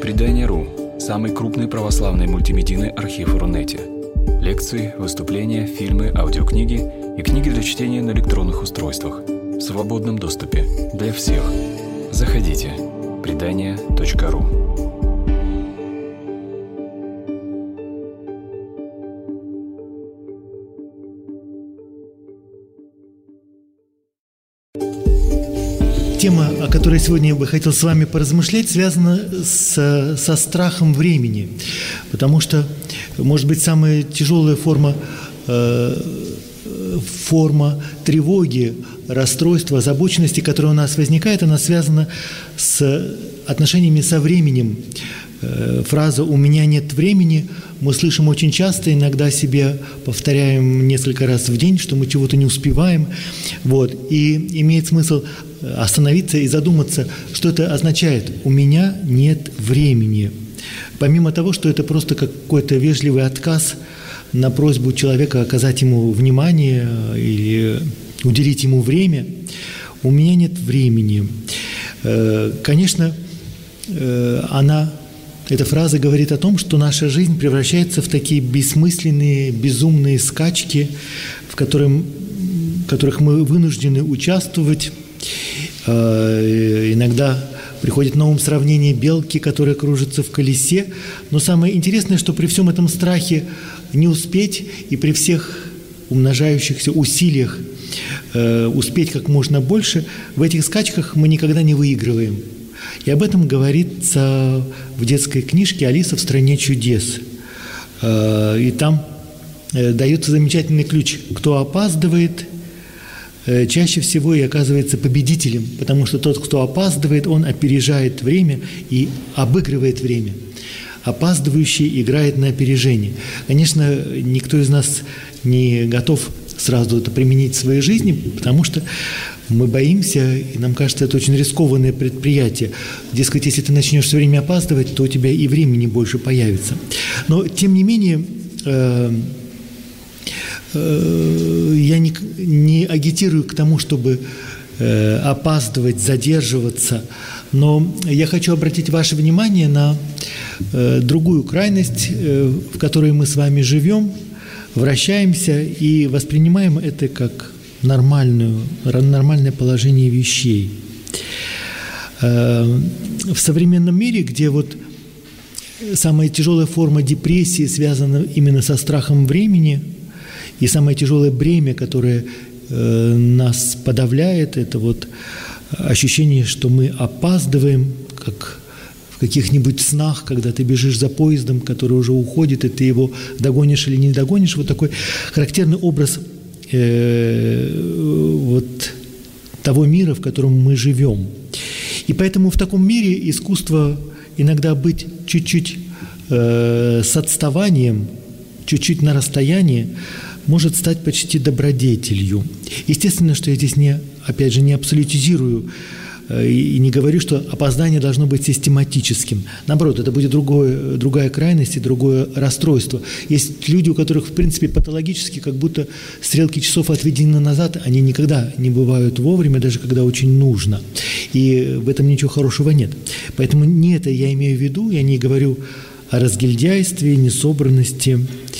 Предание.ру – самый крупный православный мультимедийный архив Рунете. Лекции, выступления, фильмы, аудиокниги и книги для чтения на электронных устройствах в свободном доступе для всех. Заходите. Предание.ру. Тема, о которой сегодня я бы хотел с вами поразмышлять, связана со страхом времени. Потому что, может быть, самая тяжелая форма тревоги, расстройства, озабоченности, которая у нас возникает, она связана с отношениями со временем. Фраза «у меня нет времени» мы слышим очень часто, иногда себе повторяем несколько раз в день, что мы чего-то не успеваем. И имеет смысл остановиться и задуматься, что это означает «у меня нет времени». Помимо того, что это просто какой-то вежливый отказ на просьбу человека оказать ему внимание или уделить ему время, «у меня нет времени». Конечно, эта фраза говорит о том, что наша жизнь превращается в такие бессмысленные, безумные скачки, в которых мы вынуждены участвовать. Иногда приходит на ум сравнение белки, которая кружится в колесе. Но самое интересное, что при всем этом страхе не успеть и при всех умножающихся усилиях успеть как можно больше, в этих скачках мы никогда не выигрываем. И об этом говорится в детской книжке «Алиса в стране чудес». И там дается замечательный ключ. Кто опаздывает, чаще всего и оказывается победителем, потому что тот, кто опаздывает, он опережает время и обыгрывает время. Опаздывающий играет на опережение. Конечно, никто из нас не готов сразу это применить в своей жизни, потому что мы боимся, и нам кажется, это очень рискованное предприятие. Дескать, если ты начнешь все время опаздывать, то у тебя и времени больше появится. Но, тем не менее, я не агитирую к тому, чтобы опаздывать, задерживаться, но я хочу обратить ваше внимание на другую крайность, в которой мы с вами живем, вращаемся и воспринимаем это как нормальное положение вещей. В современном мире, где самая тяжелая форма депрессии связана именно со страхом времени, и самое тяжелое бремя, которое нас подавляет, это ощущение, что мы опаздываем, как в каких-нибудь снах, когда ты бежишь за поездом, который уже уходит, и ты его догонишь или не догонишь. Вот такой характерный образ того мира, в котором мы живем. И поэтому в таком мире искусство иногда быть чуть-чуть с отставанием, чуть-чуть на расстоянии, может стать почти добродетелью. Естественно, что я здесь опять же, не абсолютизирую и не говорю, что опоздание должно быть систематическим. Наоборот, это будет другая крайность и другое расстройство. Есть люди, у которых, в принципе, патологически, как будто стрелки часов отведены назад, они никогда не бывают вовремя, даже когда очень нужно. И в этом ничего хорошего нет. Поэтому не это я имею в виду, я не говорю о разгильдяйстве, несобранности.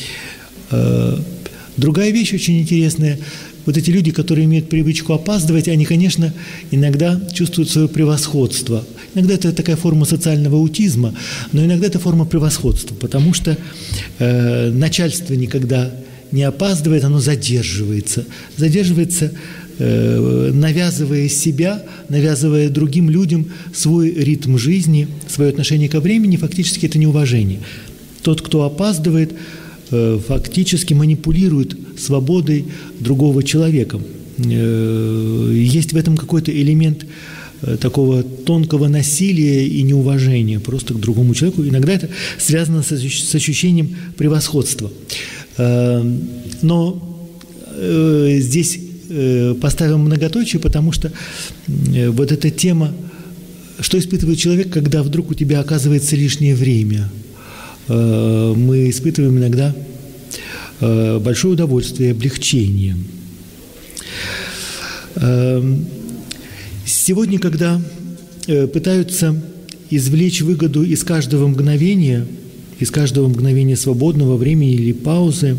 Другая вещь очень интересная. Эти люди, которые имеют привычку опаздывать, они, конечно, иногда чувствуют свое превосходство. Иногда это такая форма социального аутизма, но иногда это форма превосходства, потому что начальство никогда не опаздывает, оно задерживается. Задерживается, навязывая себя, навязывая другим людям свой ритм жизни, свое отношение ко времени, фактически это неуважение. Тот, кто опаздывает, фактически манипулирует свободой другого человека. Есть в этом какой-то элемент такого тонкого насилия и неуважения просто к другому человеку. Иногда это связано с ощущением превосходства. Но здесь поставим многоточие, потому что эта тема, что испытывает человек, когда вдруг у тебя оказывается лишнее время. Мы испытываем иногда большое удовольствие и облегчение. Сегодня, когда пытаются извлечь выгоду из каждого мгновения свободного времени или паузы,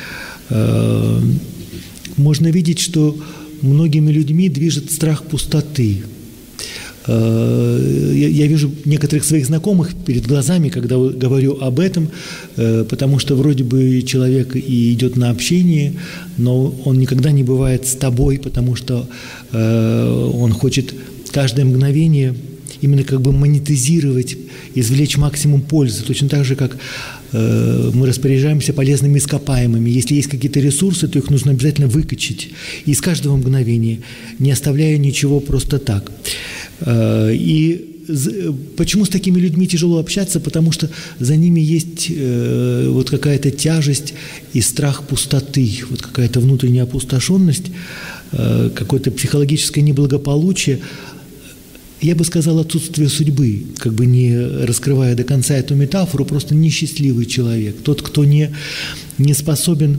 можно видеть, что многими людьми движет страх пустоты. Я вижу некоторых своих знакомых перед глазами, когда говорю об этом, потому что вроде бы человек и идет на общение, но он никогда не бывает с тобой, потому что он хочет каждое мгновение именно как бы монетизировать, извлечь максимум пользы. Точно так же, как мы распоряжаемся полезными ископаемыми. Если есть какие-то ресурсы, то их нужно обязательно выкачать из каждого мгновения, не оставляя ничего просто так. И почему с такими людьми тяжело общаться? Потому что за ними есть вот какая-то тяжесть и страх пустоты, вот какая-то внутренняя опустошенность, какое-то психологическое неблагополучие. Я бы сказал, отсутствие судьбы, как бы не раскрывая до конца эту метафору, просто несчастливый человек, тот, кто не способен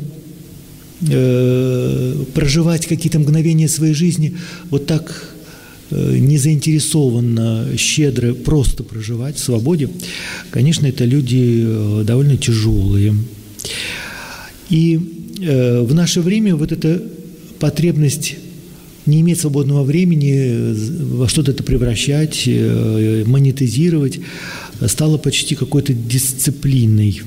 проживать какие-то мгновения своей жизни вот так незаинтересованно, щедро, просто проживать в свободе. Конечно, это люди довольно тяжелые. И в наше время вот эта потребность не иметь свободного времени, во что-то это превращать, монетизировать, стало почти какой-то дисциплиной.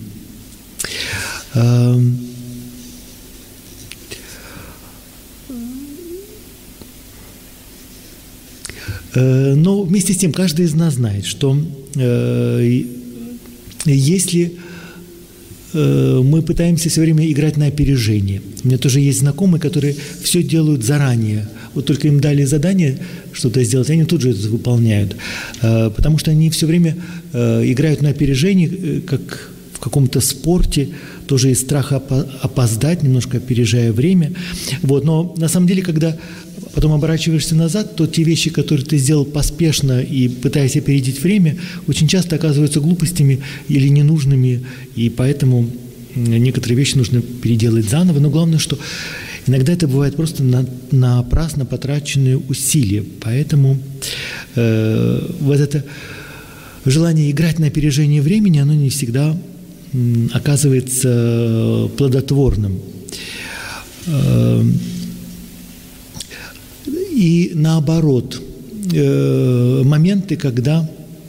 Но вместе с тем каждый из нас знает, что если мы пытаемся все время играть на опережение. У меня тоже есть знакомые, которые все делают заранее. Вот только им дали задание что-то сделать, они тут же это выполняют. Потому что они все время играют на опережение, как в каком-то спорте, тоже из страха опоздать, немножко опережая время. Вот. Но на самом деле, когда потом оборачиваешься назад, то те вещи, которые ты сделал поспешно и пытаясь опередить время, очень часто оказываются глупостями или ненужными, и поэтому некоторые вещи нужно переделать заново. Но главное, что иногда это бывает просто напрасно потраченные усилия. Поэтому вот это желание играть на опережение времени, оно не всегда оказывается плодотворным. И наоборот, моменты, когда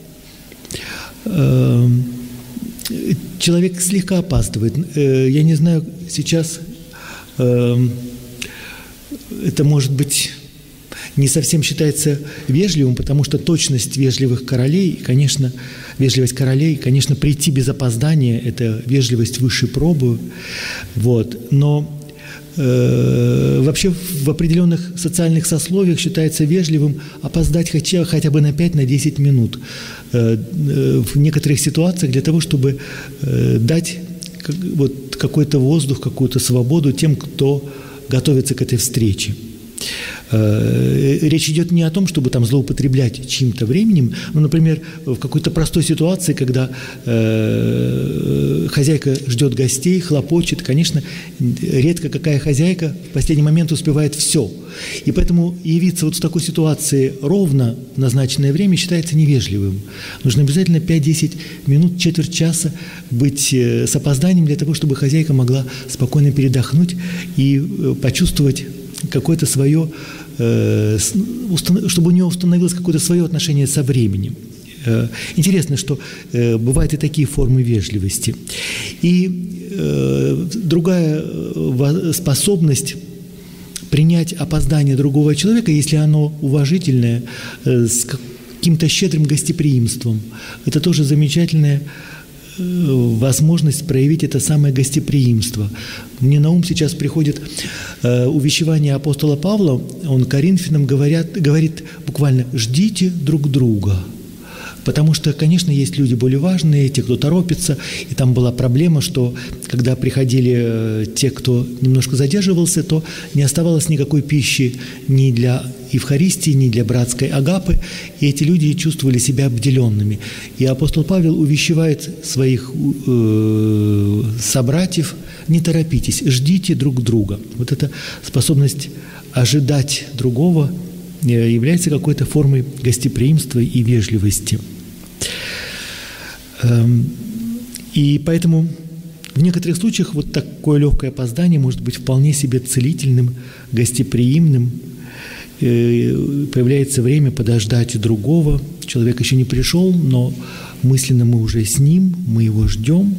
человек слегка опаздывает. Я не знаю, сейчас это, может быть, не совсем считается вежливым, потому что точность вежливых королей, конечно, вежливость королей, конечно, прийти без опоздания – это вежливость высшей пробы. Вот. Но вообще в определенных социальных сословиях считается вежливым опоздать хотя бы на 5-10 минут в некоторых ситуациях для того, чтобы дать вот какой-то воздух, какую-то свободу тем, кто готовится к этой встрече. Речь идет не о том, чтобы там злоупотреблять чьим-то временем, но, например, в какой-то простой ситуации, когда хозяйка ждет гостей, хлопочет, конечно, редко какая хозяйка в последний момент успевает все. И поэтому явиться вот в такой ситуации ровно в назначенное время считается невежливым. Нужно обязательно 5-10 минут, четверть часа быть с опозданием для того, чтобы хозяйка могла спокойно передохнуть и почувствовать какое-то свое, чтобы у нее установилось какое-то свое отношение со временем. Интересно, что бывают и такие формы вежливости. И другая способность принять опоздание другого человека, если оно уважительное, с каким-то щедрым гостеприимством. Это тоже замечательная возможность проявить это самое гостеприимство. Мне на ум сейчас приходит увещевание апостола Павла. Он Коринфянам говорит буквально «ждите друг друга». Потому что, конечно, есть люди более важные, те, кто торопится. И там была проблема, что когда приходили те, кто немножко задерживался, то не оставалось никакой пищи ни для Евхаристии, ни для братской агапы. И эти люди чувствовали себя обделенными. И апостол Павел увещевает своих собратьев: не торопитесь, ждите друг друга. Вот эта способность ожидать другого является какой-то формой гостеприимства и вежливости. И поэтому в некоторых случаях вот такое легкое опоздание может быть вполне себе целительным, гостеприимным. Появляется время подождать другого. Человек еще не пришел, но мысленно мы уже с ним, мы его ждем.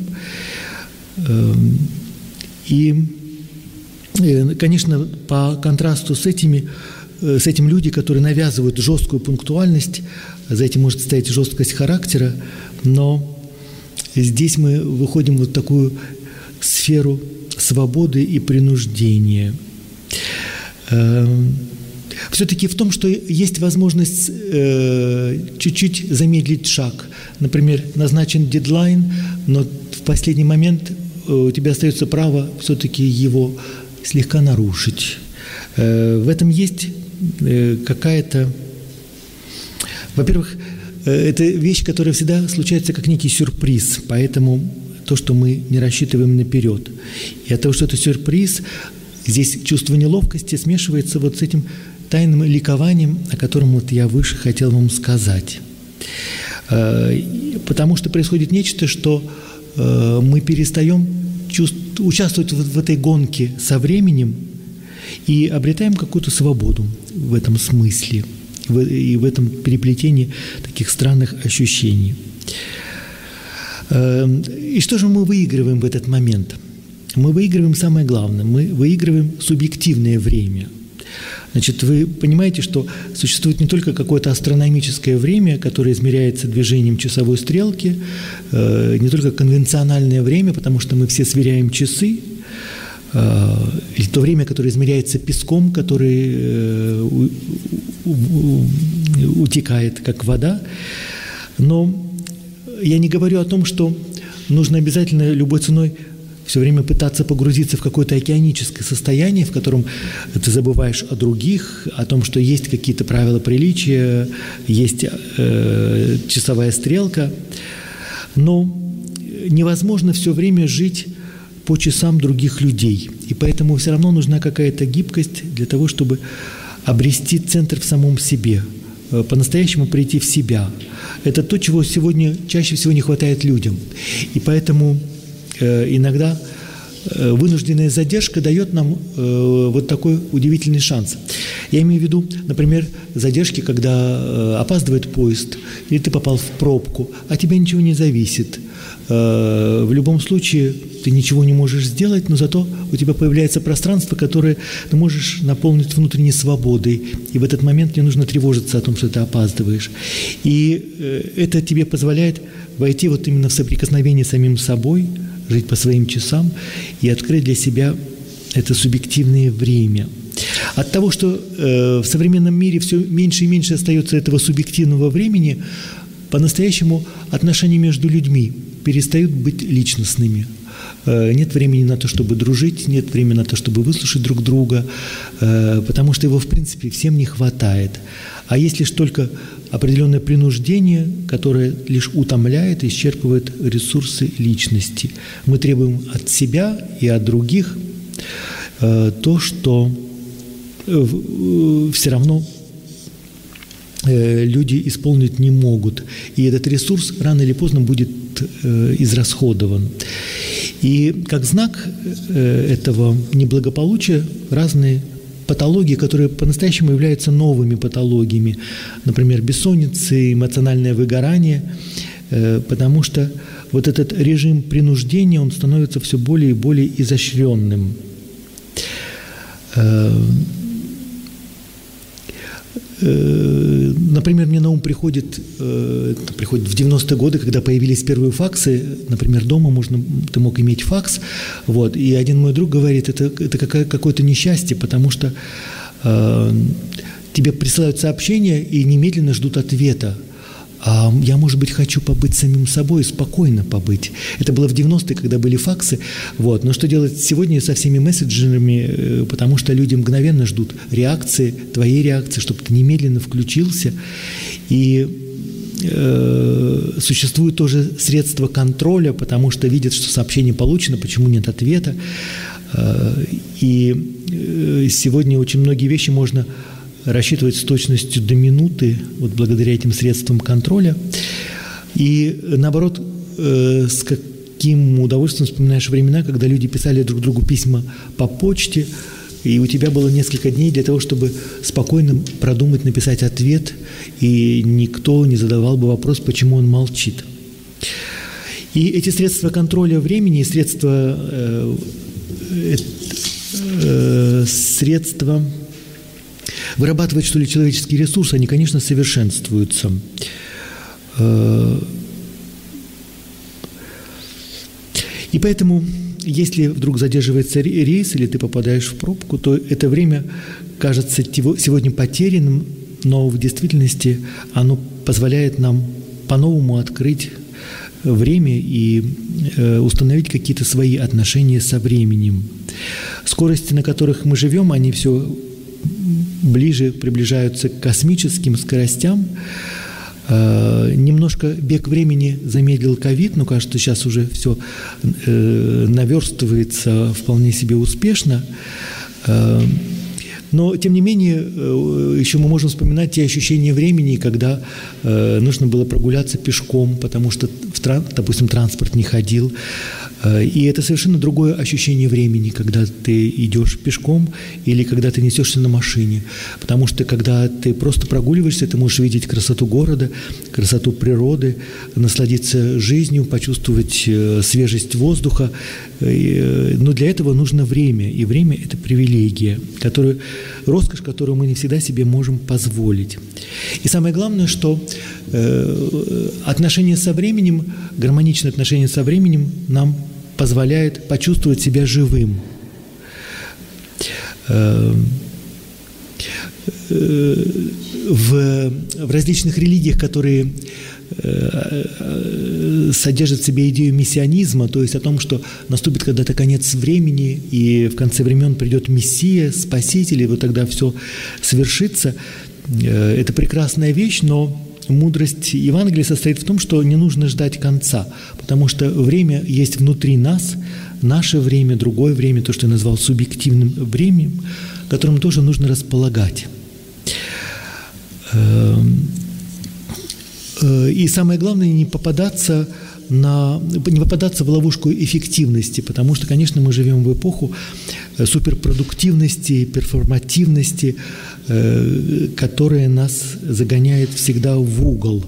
И, конечно, по контрасту с этим люди, которые навязывают жесткую пунктуальность, за этим может стоять жесткость характера, но здесь мы выходим в такую сферу свободы и принуждения. Все-таки в том, что есть возможность чуть-чуть замедлить шаг. Например, назначен дедлайн, но в последний момент у тебя остается право все-таки его слегка нарушить. В этом есть какая-то... Во-первых, это вещь, которая всегда случается как некий сюрприз, поэтому то, что мы не рассчитываем наперед. И от того, что это сюрприз, здесь чувство неловкости смешивается вот с этим тайным ликованием, о котором вот я выше хотел вам сказать. Потому что происходит нечто, что мы перестаем участвовать в этой гонке со временем и обретаем какую-то свободу в этом смысле и в этом переплетении таких странных ощущений. И что же мы выигрываем в этот момент? Мы выигрываем самое главное. Мы выигрываем субъективное время. Значит, вы понимаете, что существует не только какое-то астрономическое время, которое измеряется движением часовой стрелки, не только конвенциональное время, потому что мы все сверяем часы, или то время, которое измеряется песком, который утекает, как вода. Но я не говорю о том, что нужно обязательно любой ценой все время пытаться погрузиться в какое-то океаническое состояние, в котором ты забываешь о других, о том, что есть какие-то правила приличия, есть часовая стрелка. Но невозможно все время жить по часам других людей. И поэтому все равно нужна какая-то гибкость для того, чтобы обрести центр в самом себе, по-настоящему прийти в себя. Это то, чего сегодня чаще всего не хватает людям. И поэтому иногда вынужденная задержка дает нам вот такой удивительный шанс. Я имею в виду, например, задержки, когда опаздывает поезд, или ты попал в пробку, а тебя ничего не зависит. В любом случае ты ничего не можешь сделать, но зато у тебя появляется пространство, которое ты можешь наполнить внутренней свободой. И в этот момент не нужно тревожиться о том, что ты опаздываешь. И это тебе позволяет войти вот именно в соприкосновение с самим собой, жить по своим часам и открыть для себя это субъективное время. От того, что в современном мире все меньше и меньше остается этого субъективного времени, по-настоящему отношения между людьми перестают быть личностными. Нет времени на то, чтобы дружить, нет времени на то, чтобы выслушать друг друга, потому что его, в принципе, всем не хватает. А есть лишь только определенное принуждение, которое лишь утомляет и исчерпывает ресурсы личности. Мы требуем от себя и от других то, что все равно люди исполнить не могут. И этот ресурс рано или поздно будет израсходован. И как знак этого неблагополучия разные патологии, которые по-настоящему являются новыми патологиями, например, бессонница, эмоциональное выгорание, потому что вот этот режим принуждения, он становится все более и более изощренным. Например, мне на ум приходит в 90-е годы, когда появились первые факсы, например, дома ты мог иметь факс, вот, и один мой друг говорит, это какое-то несчастье, потому что тебе присылают сообщения и немедленно ждут ответа. А я, может быть, хочу побыть самим собой, спокойно побыть. Это было в 90-е, когда были факсы. Вот. Но что делать сегодня со всеми мессенджерами, потому что люди мгновенно ждут реакции, твоей реакции, чтобы ты немедленно включился. И существует тоже средства контроля, потому что видят, что сообщение получено, почему нет ответа. И сегодня очень многие вещи можно рассчитывать с точностью до минуты, вот благодаря этим средствам контроля. И наоборот, с каким удовольствием вспоминаешь времена, когда люди писали друг другу письма по почте, и у тебя было несколько дней для того, чтобы спокойно продумать, написать ответ, и никто не задавал бы вопрос, почему он молчит. И эти средства контроля времени, средства вырабатывать, что ли, человеческие ресурсы, они, конечно, совершенствуются. И поэтому, если вдруг задерживается рейс или ты попадаешь в пробку, то это время кажется сегодня потерянным, но в действительности оно позволяет нам по-новому открыть время и установить какие-то свои отношения со временем. Скорости, на которых мы живем, они все ближе приближаются к космическим скоростям. Немножко бег времени замедлил ковид, но, кажется, сейчас уже все наверстывается вполне себе успешно. Но, тем не менее, еще мы можем вспоминать те ощущения времени, когда нужно было прогуляться пешком, потому что, допустим, транспорт не ходил. И это совершенно другое ощущение времени, когда ты идешь пешком или когда ты несешься на машине. Потому что, когда ты просто прогуливаешься, ты можешь видеть красоту города, красоту природы, насладиться жизнью, почувствовать свежесть воздуха. Но для этого нужно время. И время – это привилегия, роскошь, которую мы не всегда себе можем позволить. И самое главное, что отношения со временем, гармоничное отношение со временем нам позволяет почувствовать себя живым. В различных религиях, которые содержат в себе идею мессианизма, то есть о том, что наступит когда-то конец времени, и в конце времен придет Мессия, Спаситель, и вот тогда все свершится. Это прекрасная вещь, но мудрость Евангелия состоит в том, что не нужно ждать конца, потому что время есть внутри нас, наше время, другое время, то, что я назвал субъективным временем, которым тоже нужно располагать. И самое главное, не попадаться в ловушку эффективности, потому что, конечно, мы живем в эпоху суперпродуктивности, перформативности, которая нас загоняет всегда в угол.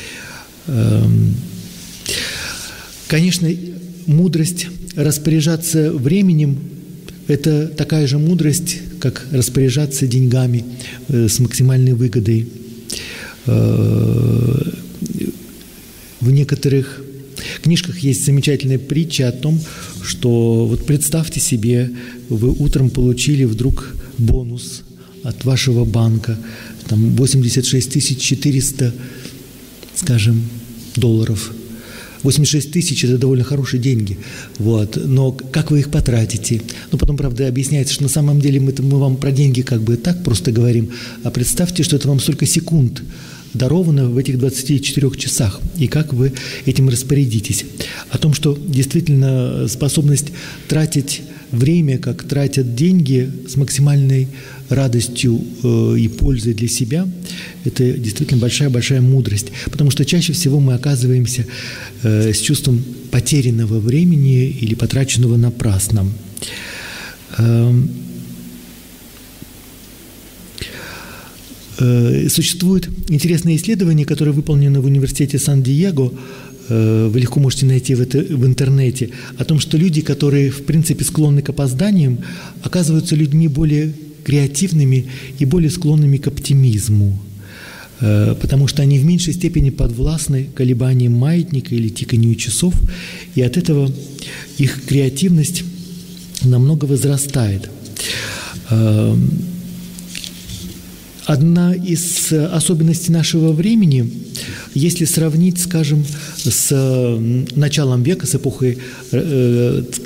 Конечно, мудрость распоряжаться временем – это такая же мудрость, как распоряжаться деньгами с максимальной выгодой. В некоторых книжках есть замечательная притча о том, что вот представьте себе, вы утром получили вдруг бонус от вашего банка, там 86 400, скажем, долларов. 86 тысяч – это довольно хорошие деньги, вот. Но как вы их потратите? Ну, потом, правда, объясняется, что на самом деле мы вам про деньги как бы так просто говорим, а представьте, что это вам столько секунд даровано в этих 24 часах, и как вы этим распорядитесь. О том, что действительно способность тратить время, как тратят деньги, с максимальной радостью и пользой для себя, это действительно большая-большая мудрость, потому что чаще всего мы оказываемся с чувством потерянного времени или потраченного напрасно. Существует интересное исследование, которое выполнено в университете Сан-Диего, вы легко можете найти в интернете, о том, что люди, которые, в принципе, склонны к опозданиям, оказываются людьми более креативными и более склонными к оптимизму, потому что они в меньшей степени подвластны колебаниям маятника или тиканью часов, и от этого их креативность намного возрастает. Одна из особенностей нашего времени, если сравнить, скажем, с началом века, с эпохой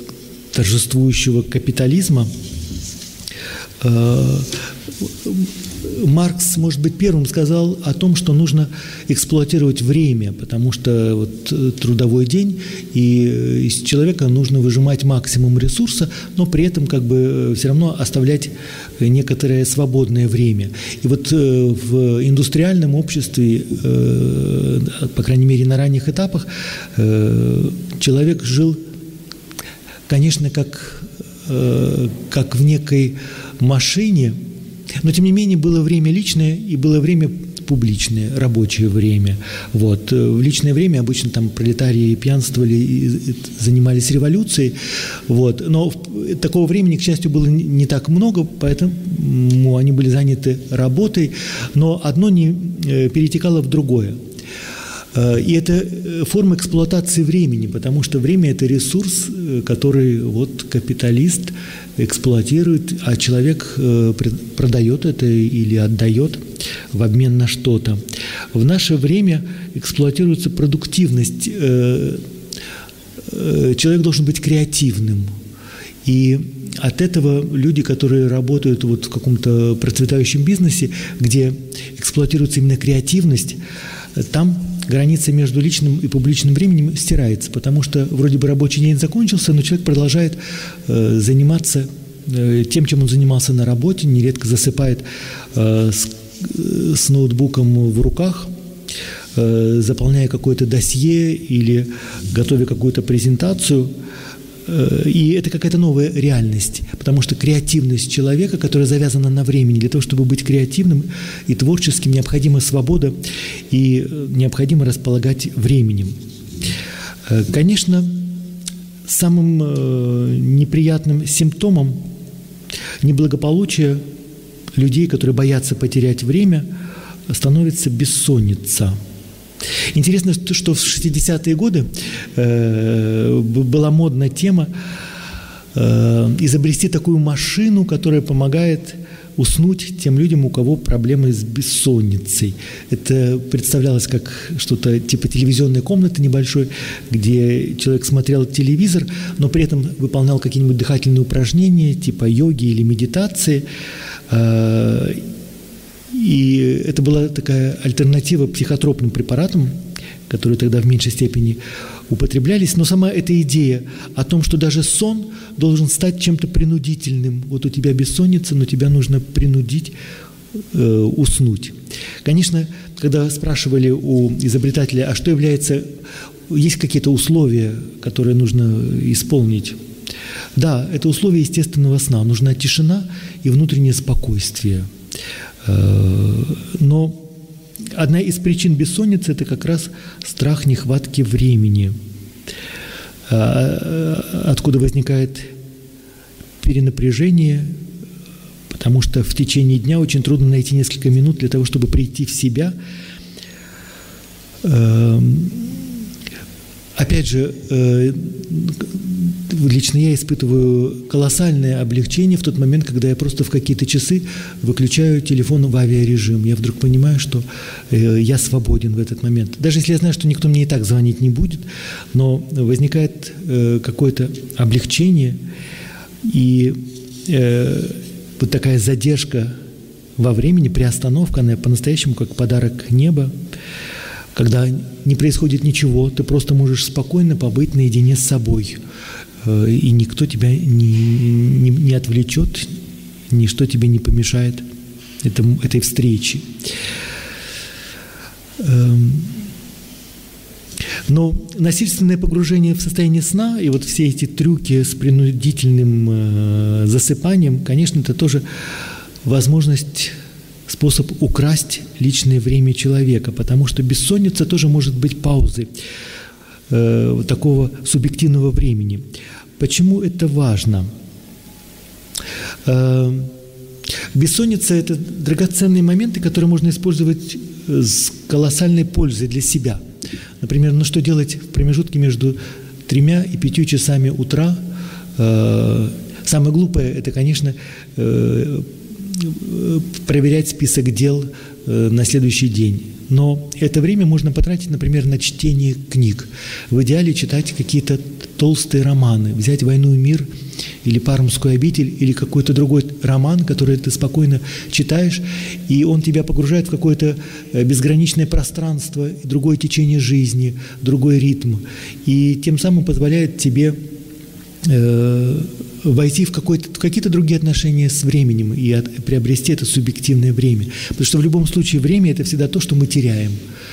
торжествующего капитализма, Маркс, может быть, первым сказал о том, что нужно эксплуатировать время, потому что вот трудовой день, и из человека нужно выжимать максимум ресурса, но при этом как бы все равно оставлять некоторое свободное время. И вот в индустриальном обществе, по крайней мере, на ранних этапах, человек жил, конечно, как в некой машине, но, тем не менее, было время личное и было время публичное, рабочее время. Вот. В личное время обычно там пролетарии пьянствовали и занимались революцией. Вот. Но такого времени, к счастью, было не так много, поэтому они были заняты работой, но одно не перетекало в другое. И это форма эксплуатации времени, потому что время – это ресурс, который вот капиталист эксплуатирует, а человек продает это или отдает в обмен на что-то. В наше время эксплуатируется продуктивность. Человек должен быть креативным. И от этого люди, которые работают вот в каком-то процветающем бизнесе, где эксплуатируется именно креативность, там граница между личным и публичным временем стирается, потому что вроде бы рабочий день закончился, но человек продолжает заниматься тем, чем он занимался на работе, нередко засыпает с ноутбуком в руках, заполняя какое-то досье или готовя какую-то презентацию. И это какая-то новая реальность, потому что креативность человека, которая завязана на времени, для того, чтобы быть креативным и творческим, необходима свобода и необходимо располагать временем. Конечно, самым неприятным симптомом неблагополучия людей, которые боятся потерять время, становится бессонница. Интересно, что в 60-е годы была модная тема изобрести такую машину, которая помогает уснуть тем людям, у кого проблемы с бессонницей. Это представлялось как что-то типа телевизионной комнаты небольшой, где человек смотрел телевизор, но при этом выполнял какие-нибудь дыхательные упражнения типа йоги или медитации. И это была такая альтернатива психотропным препаратам, которые тогда в меньшей степени употреблялись. Но сама эта идея о том, что даже сон должен стать чем-то принудительным. Вот у тебя бессонница, но тебя нужно принудить уснуть. Конечно, когда спрашивали у изобретателя, а что является, есть какие-то условия, которые нужно исполнить? Да, это условия естественного сна. Нужна тишина и внутреннее спокойствие. Но одна из причин бессонницы – это как раз страх нехватки времени, откуда возникает перенапряжение, потому что в течение дня очень трудно найти несколько минут для того, чтобы прийти в себя. Опять же, лично я испытываю колоссальное облегчение в тот момент, когда я просто в какие-то часы выключаю телефон в авиарежим. Я вдруг понимаю, что я свободен в этот момент. Даже если я знаю, что никто мне и так звонить не будет, но возникает какое-то облегчение и вот такая задержка во времени, приостановка, она по-настоящему как подарок неба. Когда не происходит ничего, ты просто можешь спокойно побыть наедине с собой, и никто тебя не отвлечет, ничто тебе не помешает этой встрече. Но насильственное погружение в состояние сна и вот все эти трюки с принудительным засыпанием, конечно, это тоже возможность, способ украсть личное время человека, потому что бессонница тоже может быть паузой такого субъективного времени. Почему это важно? Бессонница – это драгоценные моменты, которые можно использовать с колоссальной пользой для себя. Например, что делать в промежутке между 3 и 5 часами утра? Самое глупое – это, конечно, проверять список дел на следующий день. Но это время можно потратить, например, на чтение книг. В идеале читать какие-то толстые романы, взять «Войну и мир» или «Пармскую обитель», или какой-то другой роман, который ты спокойно читаешь, и он тебя погружает в какое-то безграничное пространство, другое течение жизни, другой ритм, и тем самым позволяет тебе войти в какие-то другие отношения с временем и приобрести это субъективное время. Потому что в любом случае время – это всегда то, что мы теряем.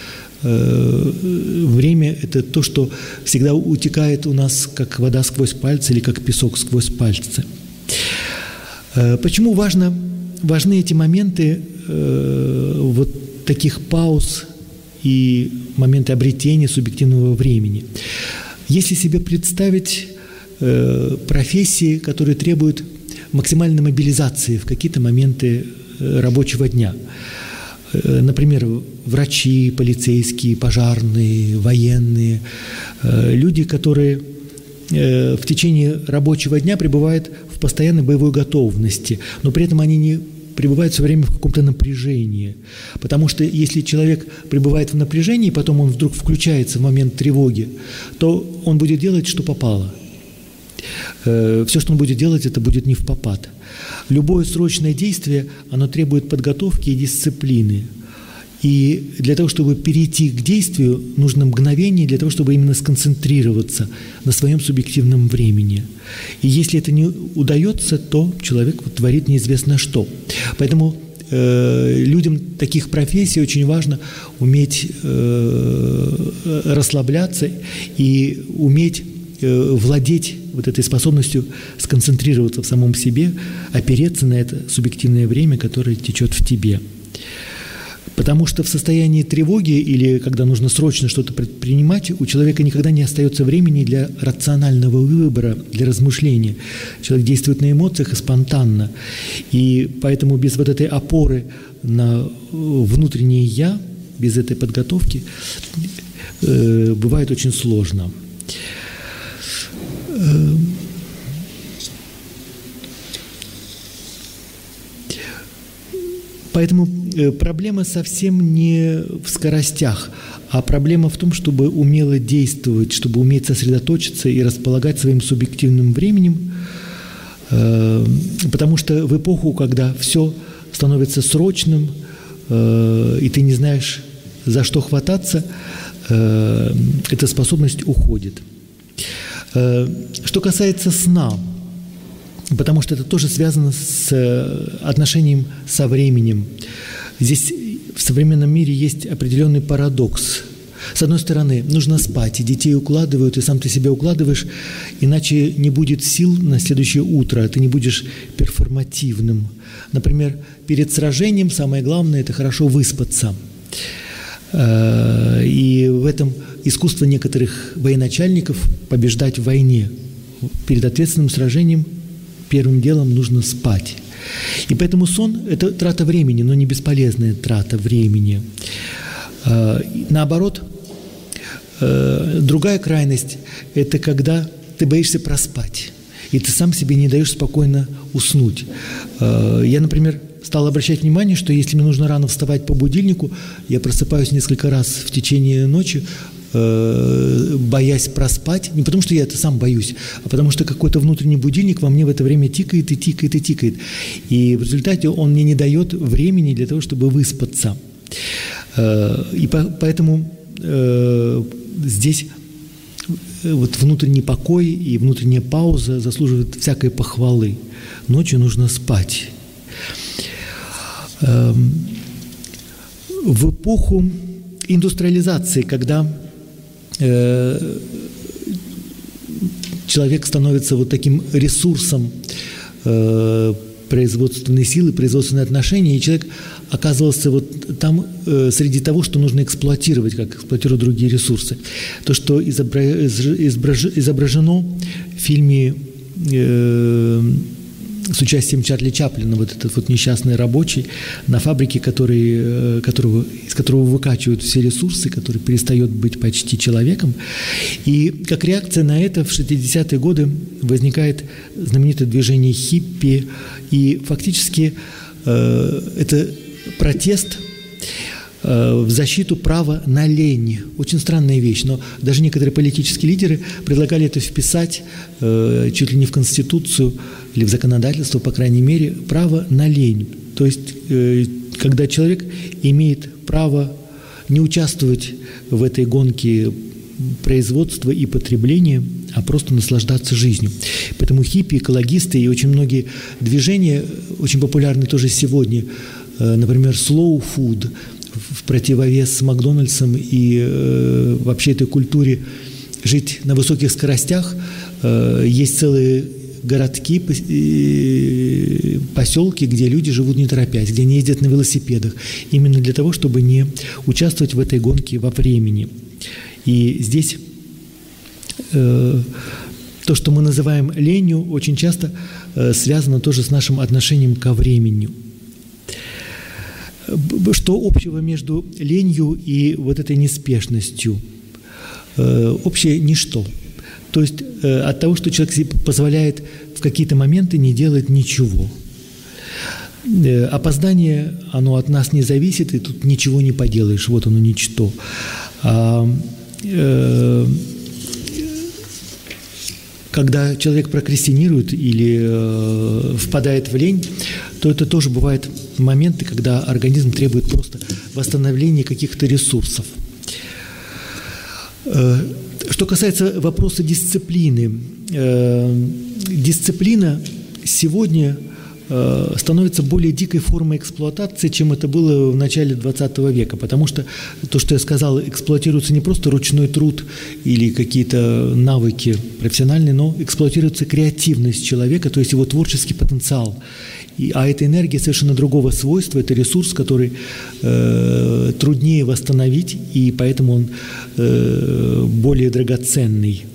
Время – это то, что всегда утекает у нас, как вода сквозь пальцы или как песок сквозь пальцы. Почему важны эти моменты вот таких пауз и моменты обретения субъективного времени? Если себе представить профессии, которые требуют максимальной мобилизации в какие-то моменты рабочего дня. Например, врачи, полицейские, пожарные, военные, люди, которые в течение рабочего дня пребывают в постоянной боевой готовности, но при этом они не пребывают все время в каком-то напряжении. Потому что если человек пребывает в напряжении, потом он вдруг включается в момент тревоги, то он будет делать, что попало. Все, что он будет делать, это будет не впопад. Любое срочное действие, оно требует подготовки и дисциплины. И для того, чтобы перейти к действию, нужно мгновение для того, чтобы именно сконцентрироваться на своем субъективном времени. И если это не удается, то человек творит неизвестно что. Поэтому людям таких профессий очень важно уметь расслабляться и уметь владеть вот этой способностью сконцентрироваться в самом себе, опереться на это субъективное время, которое течет в тебе. Потому что в состоянии тревоги или когда нужно срочно что-то предпринимать, у человека никогда не остается времени для рационального выбора, для размышления. Человек действует на эмоциях и спонтанно. И поэтому без вот этой опоры на внутреннее «я», без этой подготовки, бывает очень сложно. Поэтому проблема совсем не в скоростях, а проблема в том, чтобы умело действовать, чтобы уметь сосредоточиться и располагать своим субъективным временем, потому что в эпоху, когда все становится срочным, и ты не знаешь, за что хвататься, эта способность уходит. Что касается сна, потому что это тоже связано с отношением со временем. Здесь в современном мире есть определенный парадокс. С одной стороны, нужно спать, и детей укладывают, и сам ты себя укладываешь, иначе не будет сил на следующее утро, ты не будешь перформативным. Например, перед сражением самое главное – это хорошо выспаться. И в этом искусство некоторых военачальников побеждать в войне. Перед ответственным сражением первым делом нужно спать. И поэтому сон – это трата времени, но не бесполезная трата времени. Наоборот, другая крайность – это когда ты боишься проспать, и ты сам себе не даешь спокойно уснуть. Я, например, стал обращать внимание, что если мне нужно рано вставать по будильнику, я просыпаюсь несколько раз в течение ночи, боясь проспать, не потому что я это сам боюсь, а потому что какой-то внутренний будильник во мне в это время тикает и тикает и тикает. И в результате он мне не дает времени для того, чтобы выспаться. И поэтому здесь вот внутренний покой и внутренняя пауза заслуживают всякой похвалы. Ночью нужно спать. В эпоху индустриализации, когда человек становится вот таким ресурсом производственной силы, производственные отношения, и человек оказывался вот там среди того, что нужно эксплуатировать, как эксплуатируют другие ресурсы. То, что изображено в фильме с участием Чарли Чаплина, вот этот вот несчастный рабочий на фабрике, из которого выкачивают все ресурсы, который перестает быть почти человеком. И как реакция на это в 60-е годы возникает знаменитое движение хиппи, и фактически это протест в защиту права на лень. Очень странная вещь, но даже некоторые политические лидеры предлагали это вписать чуть ли не в Конституцию или в законодательство, по крайней мере, право на лень. То есть, когда человек имеет право не участвовать в этой гонке производства и потребления, а просто наслаждаться жизнью. Поэтому хиппи, экологисты и очень многие движения, очень популярны тоже сегодня, например, slow food, в противовес Макдональдсам и вообще этой культуре жить на высоких скоростях. Есть целые городки, поселки, где люди живут не торопясь, где они ездят на велосипедах, именно для того, чтобы не участвовать в этой гонке во времени. И здесь то, что мы называем ленью, очень часто связано тоже с нашим отношением ко времени. Что общего между ленью и вот этой неспешностью? Общее ничто. То есть от того, что человек себе позволяет в какие-то моменты не делать ничего. Опоздание, оно от нас не зависит, и тут ничего не поделаешь, вот оно ничто. Когда человек прокрастинирует или впадает в лень, то это тоже бывают моменты, когда организм требует просто восстановления каких-то ресурсов. Что касается вопроса дисциплины, дисциплина сегодня становится более дикой формой эксплуатации, чем это было в начале XX века, потому что то, что я сказал, эксплуатируется не просто ручной труд или какие-то навыки профессиональные, но эксплуатируется креативность человека, то есть его творческий потенциал. А эта энергия совершенно другого свойства, это ресурс, который труднее восстановить, и поэтому он более драгоценный.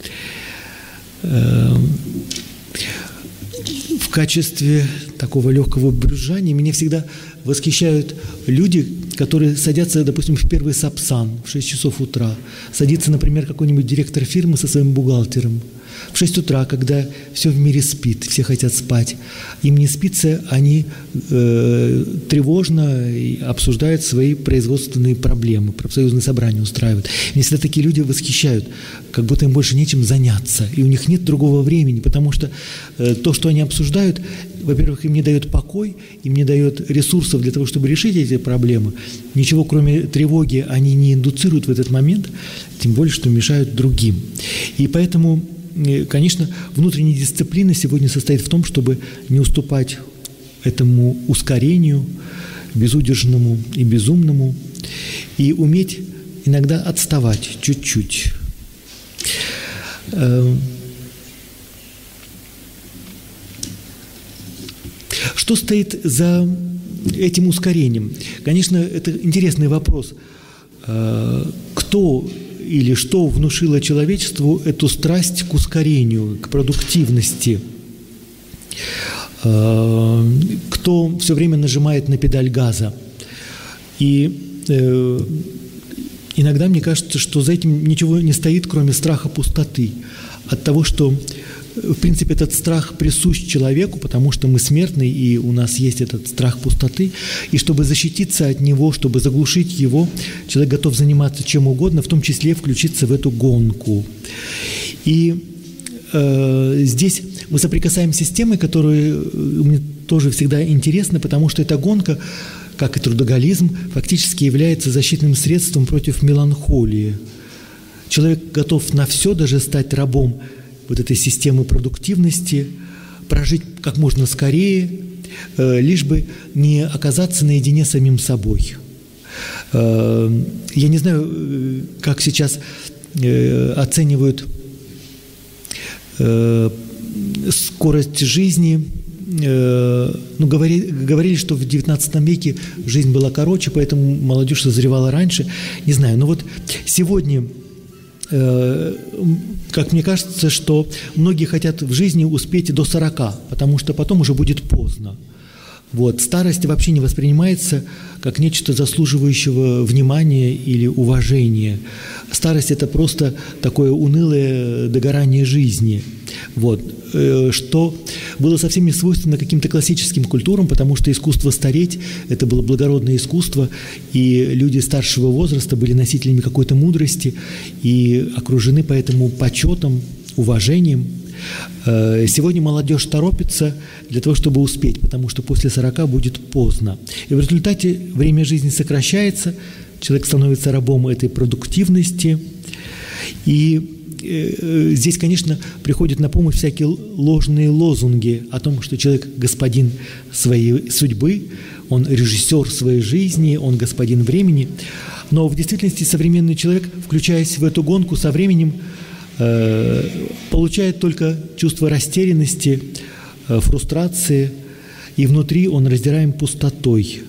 В качестве такого легкого брюзжания меня всегда восхищают люди, которые садятся, допустим, в первый сапсан в 6 часов утра. Садится, например, какой-нибудь директор фирмы со своим бухгалтером. В 6 утра, когда все в мире спит, все хотят спать. Им не спится, они тревожно обсуждают свои производственные проблемы, профсоюзные собрания устраивают. Меня всегда такие люди восхищают, как будто им больше нечем заняться, и у них нет другого времени, потому что то, что они обсуждают, во-первых, им не дает покой, им не дает ресурсов для того, чтобы решить эти проблемы. Ничего, кроме тревоги, они не индуцируют в этот момент, тем более, что мешают другим. И поэтому, конечно, внутренняя дисциплина сегодня состоит в том, чтобы не уступать этому ускорению, безудержному и безумному, и уметь иногда отставать чуть-чуть. Что стоит за этим ускорением? Конечно, это интересный вопрос. Кто или что внушило человечеству эту страсть к ускорению, к продуктивности? Кто все время нажимает на педаль газа? И иногда мне кажется, что за этим ничего не стоит, кроме страха пустоты. От того, что, в принципе, этот страх присущ человеку, потому что мы смертны, и у нас есть этот страх пустоты. И чтобы защититься от него, чтобы заглушить его, человек готов заниматься чем угодно, в том числе включиться в эту гонку. И здесь мы соприкасаемся с темой, которая мне тоже всегда интересна, потому что эта гонка, как и трудоголизм, фактически является защитным средством против меланхолии. Человек готов на все, даже стать рабом вот этой системы продуктивности, прожить как можно скорее, лишь бы не оказаться наедине с самим собой. Я не знаю, как сейчас оценивают скорость жизни. Ну, говорили, что в XIX веке жизнь была короче, поэтому молодежь созревала раньше. Не знаю, но вот сегодня, как мне кажется, что многие хотят в жизни успеть до 40, потому что потом уже будет поздно. Вот. Старость вообще не воспринимается как нечто заслуживающего внимания или уважения. Старость – это просто такое унылое догорание жизни. Вот. Что было совсем не свойственно каким-то классическим культурам, потому что искусство стареть – это было благородное искусство, и люди старшего возраста были носителями какой-то мудрости и окружены поэтому почетом, уважением. Сегодня молодежь торопится для того, чтобы успеть, потому что после 40 будет поздно. И в результате время жизни сокращается, человек становится рабом этой продуктивности. И здесь, конечно, приходят на помощь всякие ложные лозунги о том, что человек господин своей судьбы, он режиссер своей жизни, он господин времени. Но в действительности современный человек, включаясь в эту гонку со временем, получает только чувство растерянности, фрустрации, и внутри он раздираем пустотой.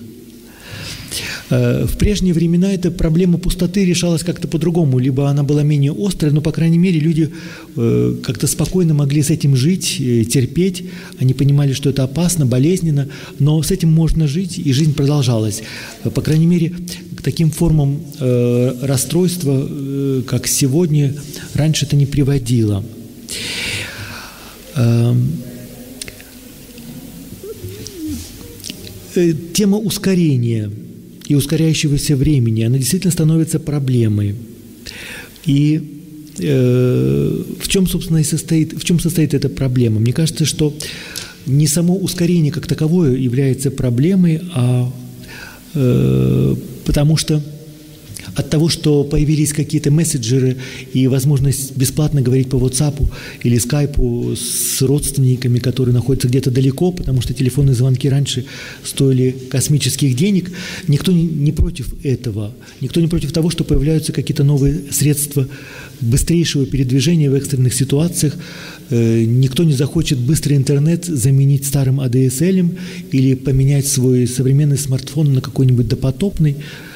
В прежние времена эта проблема пустоты решалась как-то по-другому, либо она была менее острая, но, по крайней мере, люди как-то спокойно могли с этим жить, терпеть, они понимали, что это опасно, болезненно, но с этим можно жить, и жизнь продолжалась. По крайней мере, к таким формам расстройства, как сегодня, раньше это не приводило. Тема ускорения и ускоряющегося времени, она действительно становится проблемой. И в чем, собственно, состоит эта проблема? Мне кажется, что не само ускорение как таковое является проблемой, а потому что от того, что появились какие-то мессенджеры и возможность бесплатно говорить по WhatsApp или Skype с родственниками, которые находятся где-то далеко, потому что телефонные звонки раньше стоили космических денег, никто не против этого. Никто не против того, что появляются какие-то новые средства быстрейшего передвижения в экстренных ситуациях. Никто не захочет быстрый интернет заменить старым ADSL или поменять свой современный смартфон на какой-нибудь допотопный.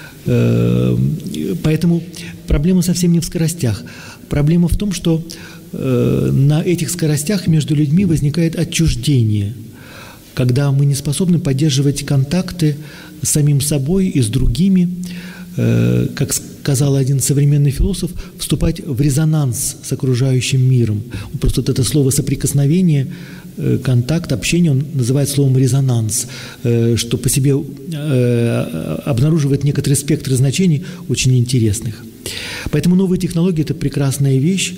Поэтому проблема совсем не в скоростях. Проблема в том, что на этих скоростях между людьми возникает отчуждение, когда мы не способны поддерживать контакты с самим собой и с другими, как сказал один современный философ, вступать в резонанс с окружающим миром. Просто вот это слово «соприкосновение», контакт, общение, он называет словом «резонанс», что по себе обнаруживает некоторый спектр значений очень интересных. Поэтому новые технологии – это прекрасная вещь,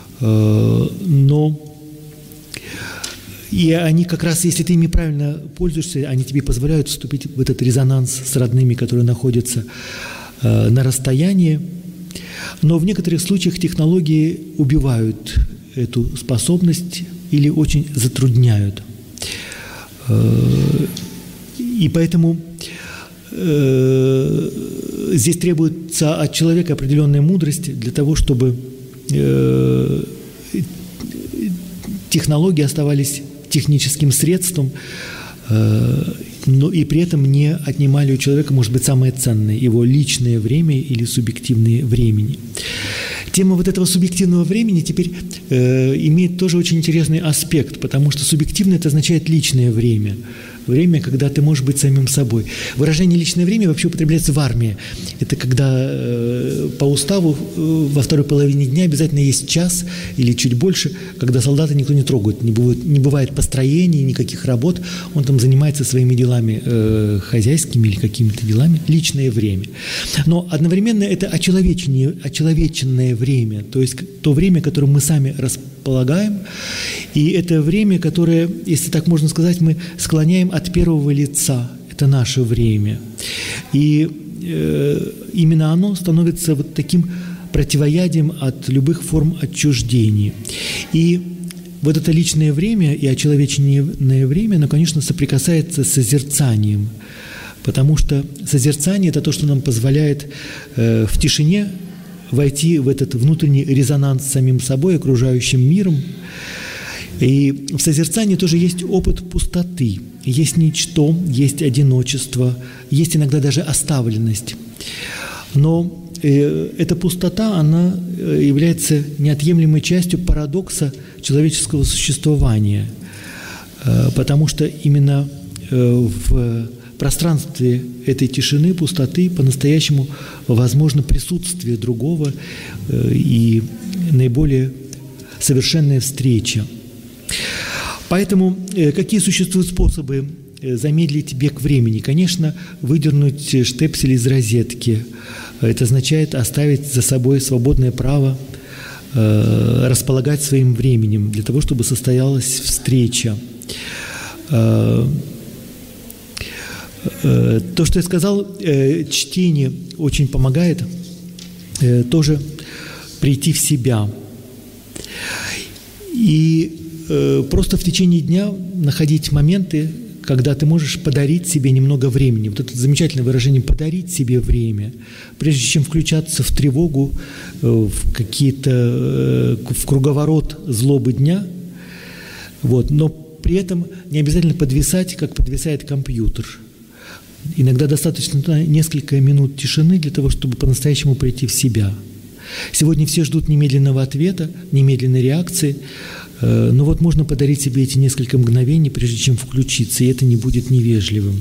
но и они как раз, если ты ими правильно пользуешься, они тебе позволяют вступить в этот резонанс с родными, которые находятся на расстоянии. Но в некоторых случаях технологии убивают эту способность или очень затрудняют. И поэтому здесь требуется от человека определенная мудрость для того, чтобы технологии оставались техническим средством, но и при этом не отнимали у человека, может быть, самое ценное – его личное время или субъективное времени. Тема вот этого субъективного времени теперь имеет тоже очень интересный аспект, потому что субъективное – это означает личное время. Время, когда ты можешь быть самим собой. Выражение «личное время» вообще употребляется в армии. Это когда по уставу во второй половине дня обязательно есть час или чуть больше, когда солдата никто не трогает. Не бывает построений, никаких работ. Он там занимается своими делами хозяйскими или какими-то делами. Личное время. Но одновременно это очеловеченное время, то есть то время, которым мы сами располагаем. И это время, которое, если так можно сказать, мы склоняем от первого лица. Это наше время. И именно оно становится вот таким противоядием от любых форм отчуждения. И вот это личное время и очеловеченное время, оно, конечно, соприкасается с созерцанием. Потому что созерцание – это то, что нам позволяет в тишине войти в этот внутренний резонанс с самим собой, окружающим миром. И в созерцании тоже есть опыт пустоты, есть ничто, есть одиночество, есть иногда даже оставленность. Но эта пустота, она является неотъемлемой частью парадокса человеческого существования, потому что именно в пространстве этой тишины, пустоты по-настоящему возможно присутствие другого и наиболее совершенная встреча. Поэтому какие существуют способы замедлить бег времени? Конечно, выдернуть штепсель из розетки. Это означает оставить за собой свободное право располагать своим временем для того, чтобы состоялась встреча. То, что я сказал, чтение очень помогает тоже прийти в себя. И просто в течение дня находить моменты, когда ты можешь подарить себе немного времени. Вот это замечательное выражение «подарить себе время», прежде чем включаться в тревогу, в круговорот злобы дня. Вот. Но при этом не обязательно подвисать, как подвисает компьютер. Иногда достаточно несколько минут тишины для того, чтобы по-настоящему прийти в себя. Сегодня все ждут немедленного ответа, немедленной реакции. Но вот можно подарить себе эти несколько мгновений, прежде чем включиться, и это не будет невежливым.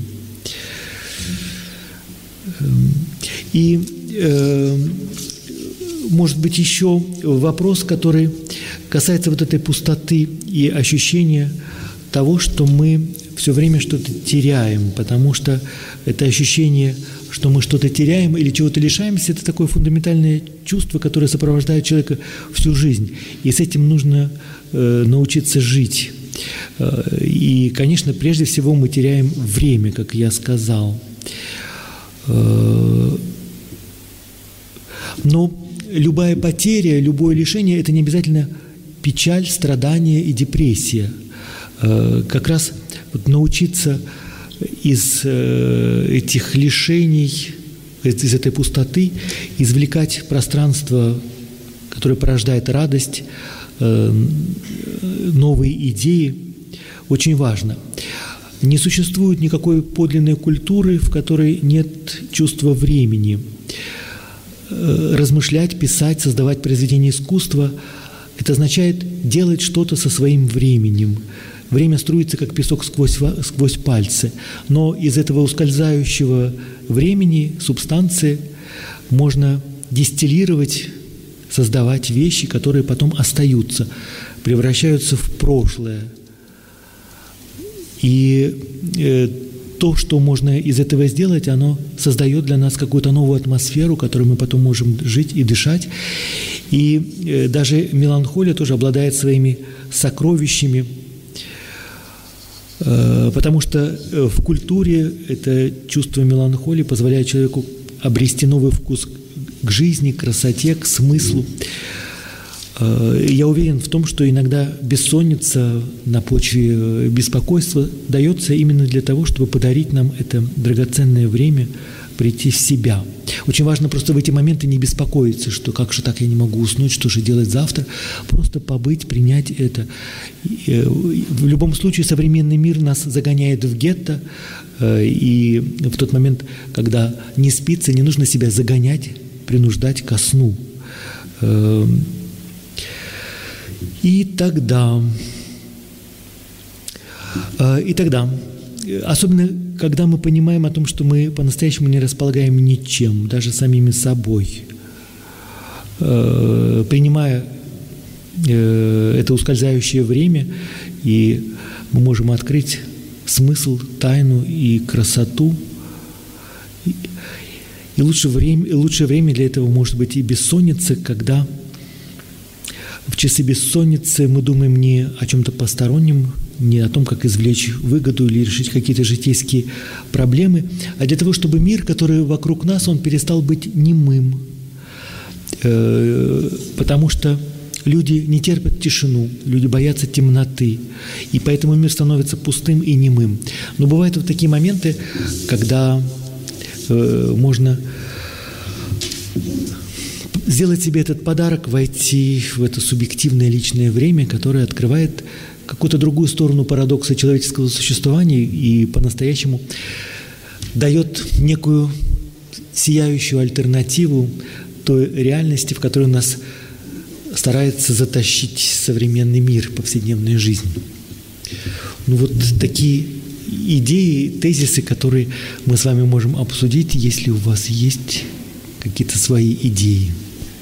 И, может быть, еще вопрос, который касается вот этой пустоты и ощущения того, что мы все время что-то теряем, потому что это ощущение, что мы что-то теряем или чего-то лишаемся, это такое фундаментальное чувство, которое сопровождает человека всю жизнь. И с этим нужно научиться жить. И, конечно, прежде всего мы теряем время, как я сказал. Но любая потеря, любое лишение – это не обязательно печаль, страдание и депрессия. Как раз вот научиться из этих лишений, из этой пустоты извлекать пространство, которое порождает радость, новые идеи, очень важно. Не существует никакой подлинной культуры, в которой нет чувства времени. Размышлять, писать, создавать произведения искусства – это означает делать что-то со своим временем. Время струится, как песок сквозь пальцы, но из этого ускользающего времени, субстанции, можно дистиллировать, создавать вещи, которые потом остаются, превращаются в прошлое. И то, что можно из этого сделать, оно создает для нас какую-то новую атмосферу, которой мы потом можем жить и дышать. И даже меланхолия тоже обладает своими сокровищами, потому что в культуре это чувство меланхолии позволяет человеку обрести новый вкус к жизни, к красоте, к смыслу. Я уверен в том, что иногда бессонница на почве беспокойства дается именно для того, чтобы подарить нам это драгоценное время прийти в себя. Очень важно просто в эти моменты не беспокоиться, что как же так я не могу уснуть, что же делать завтра. Просто побыть, принять это. В любом случае современный мир нас загоняет в гетто, и в тот момент, когда не спится, не нужно себя загонять, принуждать ко сну. И тогда, особенно когда мы понимаем о том, что мы по-настоящему не располагаем ничем, даже самими собой, принимая это ускользающее время, и мы можем открыть смысл, тайну и красоту. И лучшее время для этого может быть и бессонница, когда в часы бессонницы мы думаем не о чем-то постороннем, не о том, как извлечь выгоду или решить какие-то житейские проблемы, а для того, чтобы мир, который вокруг нас, он перестал быть немым. Потому что люди не терпят тишину, люди боятся темноты, и поэтому мир становится пустым и немым. Но бывают вот такие моменты, когда можно сделать себе этот подарок, войти в это субъективное личное время, которое открывает какую-то другую сторону парадокса человеческого существования и по-настоящему дает некую сияющую альтернативу той реальности, в которую нас старается затащить современный мир, повседневная жизнь. Ну вот такие идеи, тезисы, которые мы с вами можем обсудить, если у вас есть какие-то свои идеи.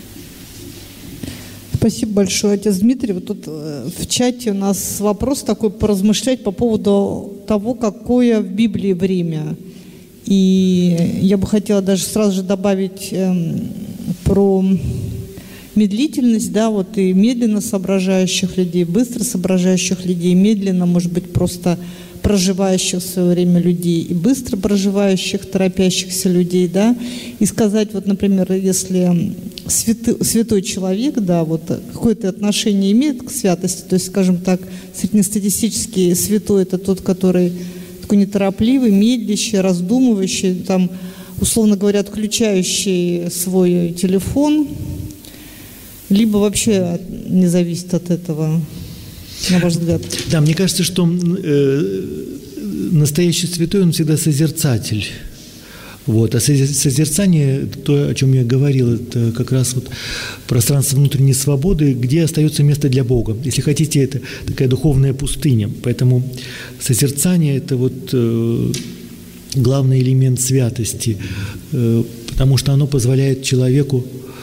Спасибо большое, отец Дмитрий. Вот тут в чате у нас вопрос такой, поразмышлять по поводу того, какое в Библии время. И я бы хотела даже сразу же добавить про медлительность, да, вот и медленно соображающих людей, быстро соображающих людей, медленно, может быть, просто проживающих в свое время людей и быстро проживающих, торопящихся людей, да, и сказать, вот, например, если святой человек, да, вот какое-то отношение имеет к святости, то есть, скажем так, среднестатистический святой – это тот, который такой неторопливый, медлящий, раздумывающий, там, условно говоря, отключающий свой телефон, либо вообще не зависит от этого, на ваш взгляд? Да, мне кажется, что настоящий святой, он всегда созерцатель. Вот. А созерцание, то, о чем я говорил, это как раз вот пространство внутренней свободы, где остается место для Бога. Если хотите, это такая духовная пустыня. Поэтому созерцание – это вот главный элемент святости, потому что оно позволяет человеку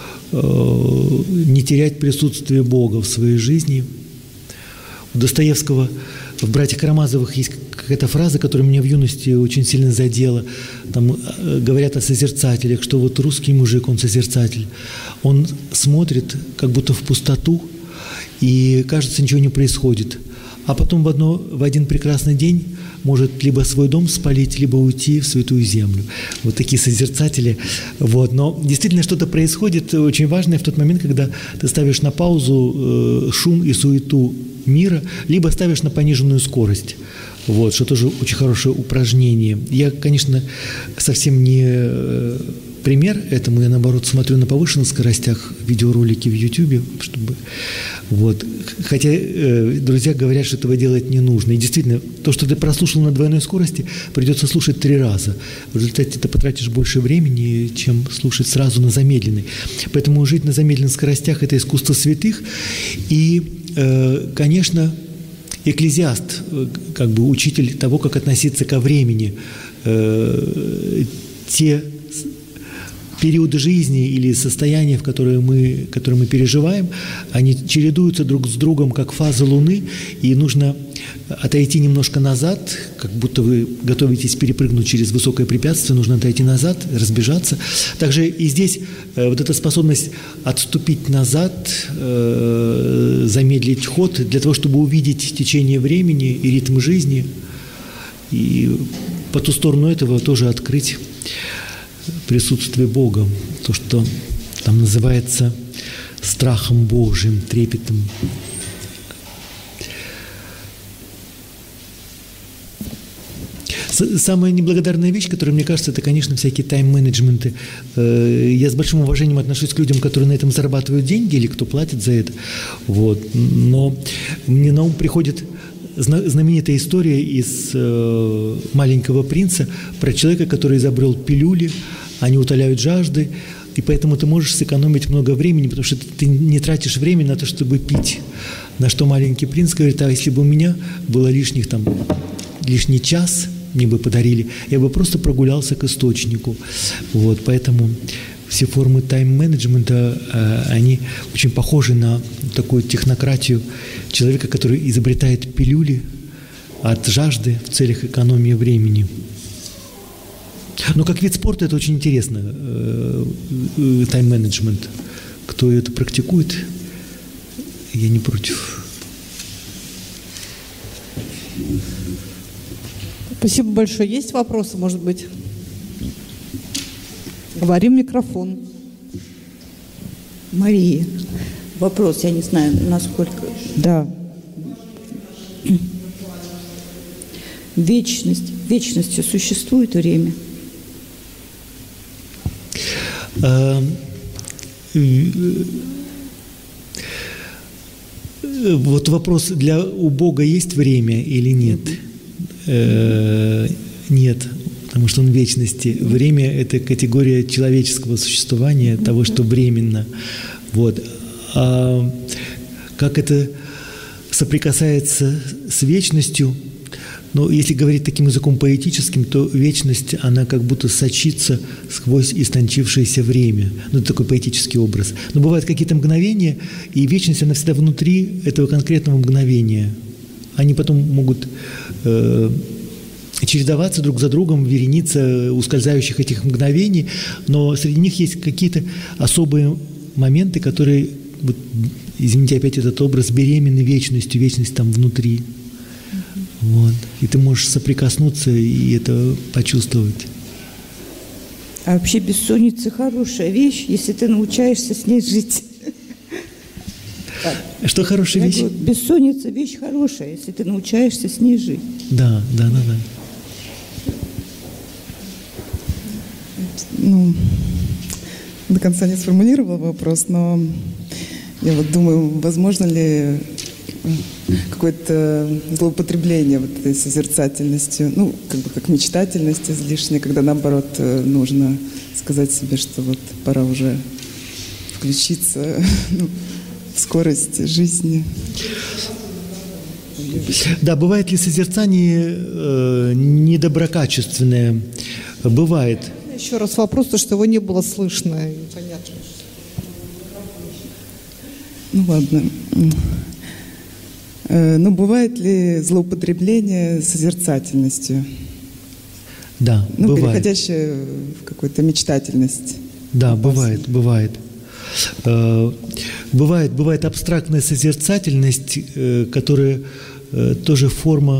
не терять присутствие Бога в своей жизни. У Достоевского в «Братьях Карамазовых» есть какая-то фраза, которая меня в юности очень сильно задела. Там говорят о созерцателях, что вот русский мужик, он созерцатель. Он смотрит как будто в пустоту, и кажется, ничего не происходит. А потом в один прекрасный день может либо свой дом спалить, либо уйти в святую землю. Вот такие созерцатели. Вот. Но действительно что-то происходит очень важное в тот момент, когда ты ставишь на паузу шум и суету мира, либо ставишь на пониженную скорость. Вот, что тоже очень хорошее упражнение. Я, конечно, совсем не пример этому. Я, наоборот, смотрю на повышенных скоростях видеоролики в YouTube, чтобы... Вот. Хотя друзья говорят, что этого делать не нужно. И действительно, то, что ты прослушал на двойной скорости, придется слушать 3 раза. В результате ты потратишь больше времени, чем слушать сразу на замедленной. Поэтому жить на замедленных скоростях – это искусство святых. И, конечно, Экклезиаст, как бы учитель того, как относиться ко времени, те периоды жизни или состояния, которые мы переживаем, они чередуются друг с другом, как фазы Луны, и нужно отойти немножко назад, как будто вы готовитесь перепрыгнуть через высокое препятствие, нужно отойти назад, разбежаться. Также и здесь вот эта способность отступить назад, замедлить ход для того, чтобы увидеть течение времени и ритм жизни, и по ту сторону этого тоже открыть присутствие Бога, то, что там называется страхом Божьим, трепетом. Самая неблагодарная вещь, которая, мне кажется, это, конечно, всякие тайм-менеджменты. Я с большим уважением отношусь к людям, которые на этом зарабатывают деньги или кто платит за это. Вот. Но мне на ум приходит знаменитая история из «Маленького принца» про человека, который изобрел пилюли, они утоляют жажды, и поэтому ты можешь сэкономить много времени, потому что ты не тратишь время на то, чтобы пить. На что маленький принц говорит: а если бы у меня было лишний час, мне бы подарили, я бы просто прогулялся к источнику. Вот, поэтому все формы тайм-менеджмента, они очень похожи на такую технократию человека, который изобретает пилюли от жажды в целях экономии времени. Но как вид спорта это очень интересно, тайм-менеджмент. Кто это практикует, я не против. Спасибо большое. Есть вопросы, может быть? Говорим в микрофон. Мария, вопрос, я не знаю, насколько... Да. Вечностью существует время? Вот вопрос, у Бога есть время или нет? Нет, потому что Он в вечности. Время – это категория человеческого существования, того, что временно. Вот. А как это соприкасается с вечностью? Но если говорить таким языком поэтическим, то вечность, она как будто сочится сквозь истончившееся время. Ну, это такой поэтический образ. Но бывают какие-то мгновения, и вечность, она всегда внутри этого конкретного мгновения. Они потом могут чередоваться друг за другом, вереница ускользающих этих мгновений, но среди них есть какие-то особые моменты, которые, вот, извините, опять этот образ, беременны вечностью, вечность там внутри. Вот. И ты можешь соприкоснуться и это почувствовать. А вообще бессонница хорошая вещь, если ты научаешься с ней жить. Что хорошая вещь? Говорю, бессонница вещь хорошая, если ты научаешься с ней жить. Да. Ну, до конца не сформулировала вопрос, но я вот думаю, возможно ли какое-то злоупотребление вот этой созерцательностью, ну, как бы как мечтательность излишняя, когда, наоборот, нужно сказать себе, что вот пора уже включиться в скорость жизни. Да, бывает ли созерцание недоброкачественное? Бывает. Еще раз вопрос, то, что его не было слышно и понятно. Ну ладно. Ну, бывает ли злоупотребление созерцательностью? Да, ну, бывает. Переходящее в какую-то мечтательность. Да, бывает. Бывает абстрактная созерцательность, которая тоже форма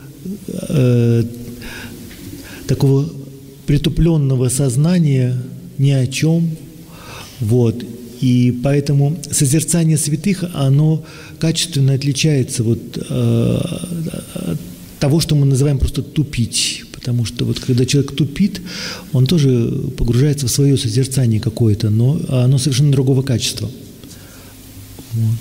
такого притупленного сознания ни о чем. Вот. И поэтому созерцание святых, оно качественно отличается вот от того, что мы называем просто тупить. Потому что вот когда человек тупит, он тоже погружается в свое созерцание какое-то, но оно совершенно другого качества. Вот.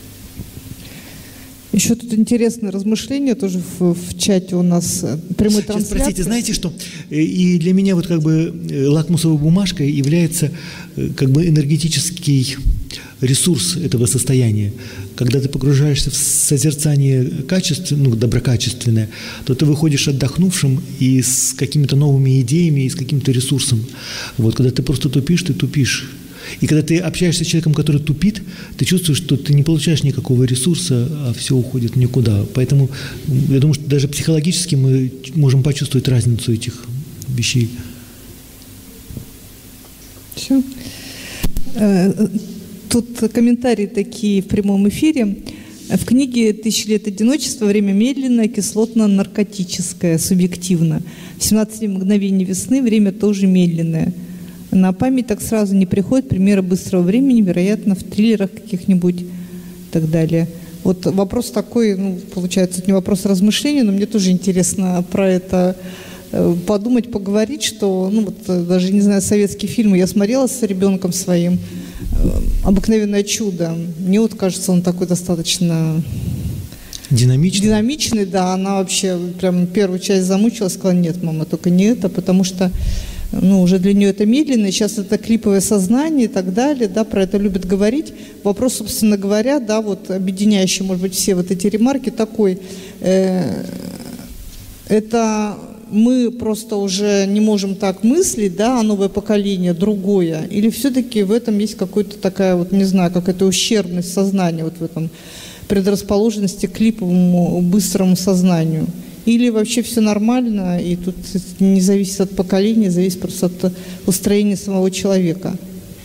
Еще тут интересное размышление тоже в чате у нас прямой трансляции. Простите, знаете что? И для меня вот как бы лакмусовой бумажкой является как бы энергетический ресурс этого состояния. Когда ты погружаешься в созерцание качественное, доброкачественное, то ты выходишь отдохнувшим и с какими-то новыми идеями, и с каким-то ресурсом. Вот, когда ты просто тупишь, ты тупишь. И когда ты общаешься с человеком, который тупит, ты чувствуешь, что ты не получаешь никакого ресурса, а все уходит в никуда. Поэтому я думаю, что даже психологически мы можем почувствовать разницу этих вещей. Все. Тут комментарии такие в прямом эфире. В книге «Тысячи лет одиночества» время медленное, кислотно-наркотическое, субъективно. В 17 мгновений весны время тоже медленное. На память так сразу не приходят примеры быстрого времени, вероятно, в триллерах каких-нибудь и так далее. Вот вопрос такой, ну, получается, это не вопрос размышления, но мне тоже интересно про это подумать, поговорить, что, ну, вот даже, не знаю, советские фильмы я смотрела с ребенком своим, «Обыкновенное чудо». Мне вот кажется, он такой достаточно динамичный, да. Она вообще прям первую часть замучилась, сказала: нет, мама, только не это, потому что, ну, уже для нее это медленно, сейчас это клиповое сознание и так далее, да, про это любят говорить. Вопрос, собственно говоря, да, вот объединяющий, может быть, все вот эти ремарки такой, это мы просто уже не можем так мыслить, да, а новое поколение другое, или все-таки в этом есть какая-то такая, вот, не знаю, какая-то ущербность сознания, вот в этом предрасположенности к клиповому быстрому сознанию? Или вообще все нормально, и тут не зависит от поколения, зависит просто от устроения самого человека?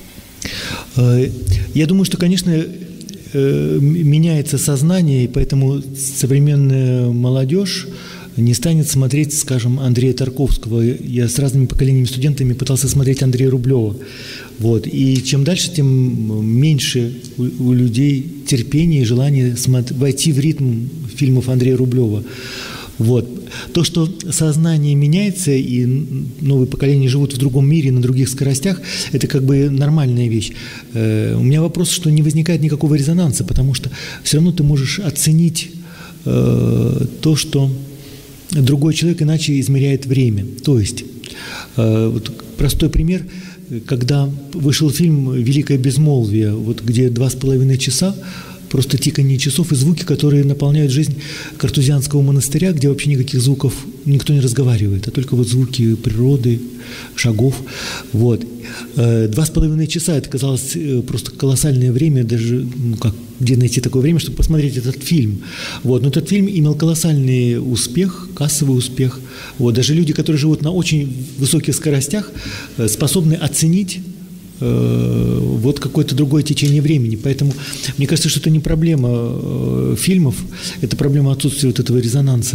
Я думаю, что, конечно, меняется сознание, и поэтому современная молодежь не станет смотреть, скажем, Андрея Тарковского. Я с разными поколениями студентами пытался смотреть Андрея Рублева. Вот. И чем дальше, тем меньше у людей терпения и желания войти в ритм фильмов Андрея Рублева. Вот. То, что сознание меняется и новые поколения живут в другом мире, на других скоростях, это как бы нормальная вещь. У меня вопрос, что не возникает никакого резонанса, потому что все равно ты можешь оценить то, что другой человек иначе измеряет время. То есть, вот простой пример, когда вышел фильм «Великое безмолвие», вот где 2,5 часа просто тиканье часов и звуки, которые наполняют жизнь Картузианского монастыря, где вообще никаких звуков никто не разговаривает, а только вот звуки природы, шагов. Вот. 2,5 часа – это казалось просто колоссальное время, даже где найти такое время, чтобы посмотреть этот фильм. Вот. Но этот фильм имел колоссальный успех, кассовый успех. Вот. Даже люди, которые живут на очень высоких скоростях, способны оценить вот какое-то другое течение времени. Поэтому мне кажется, что это не проблема фильмов, это проблема отсутствия вот этого резонанса.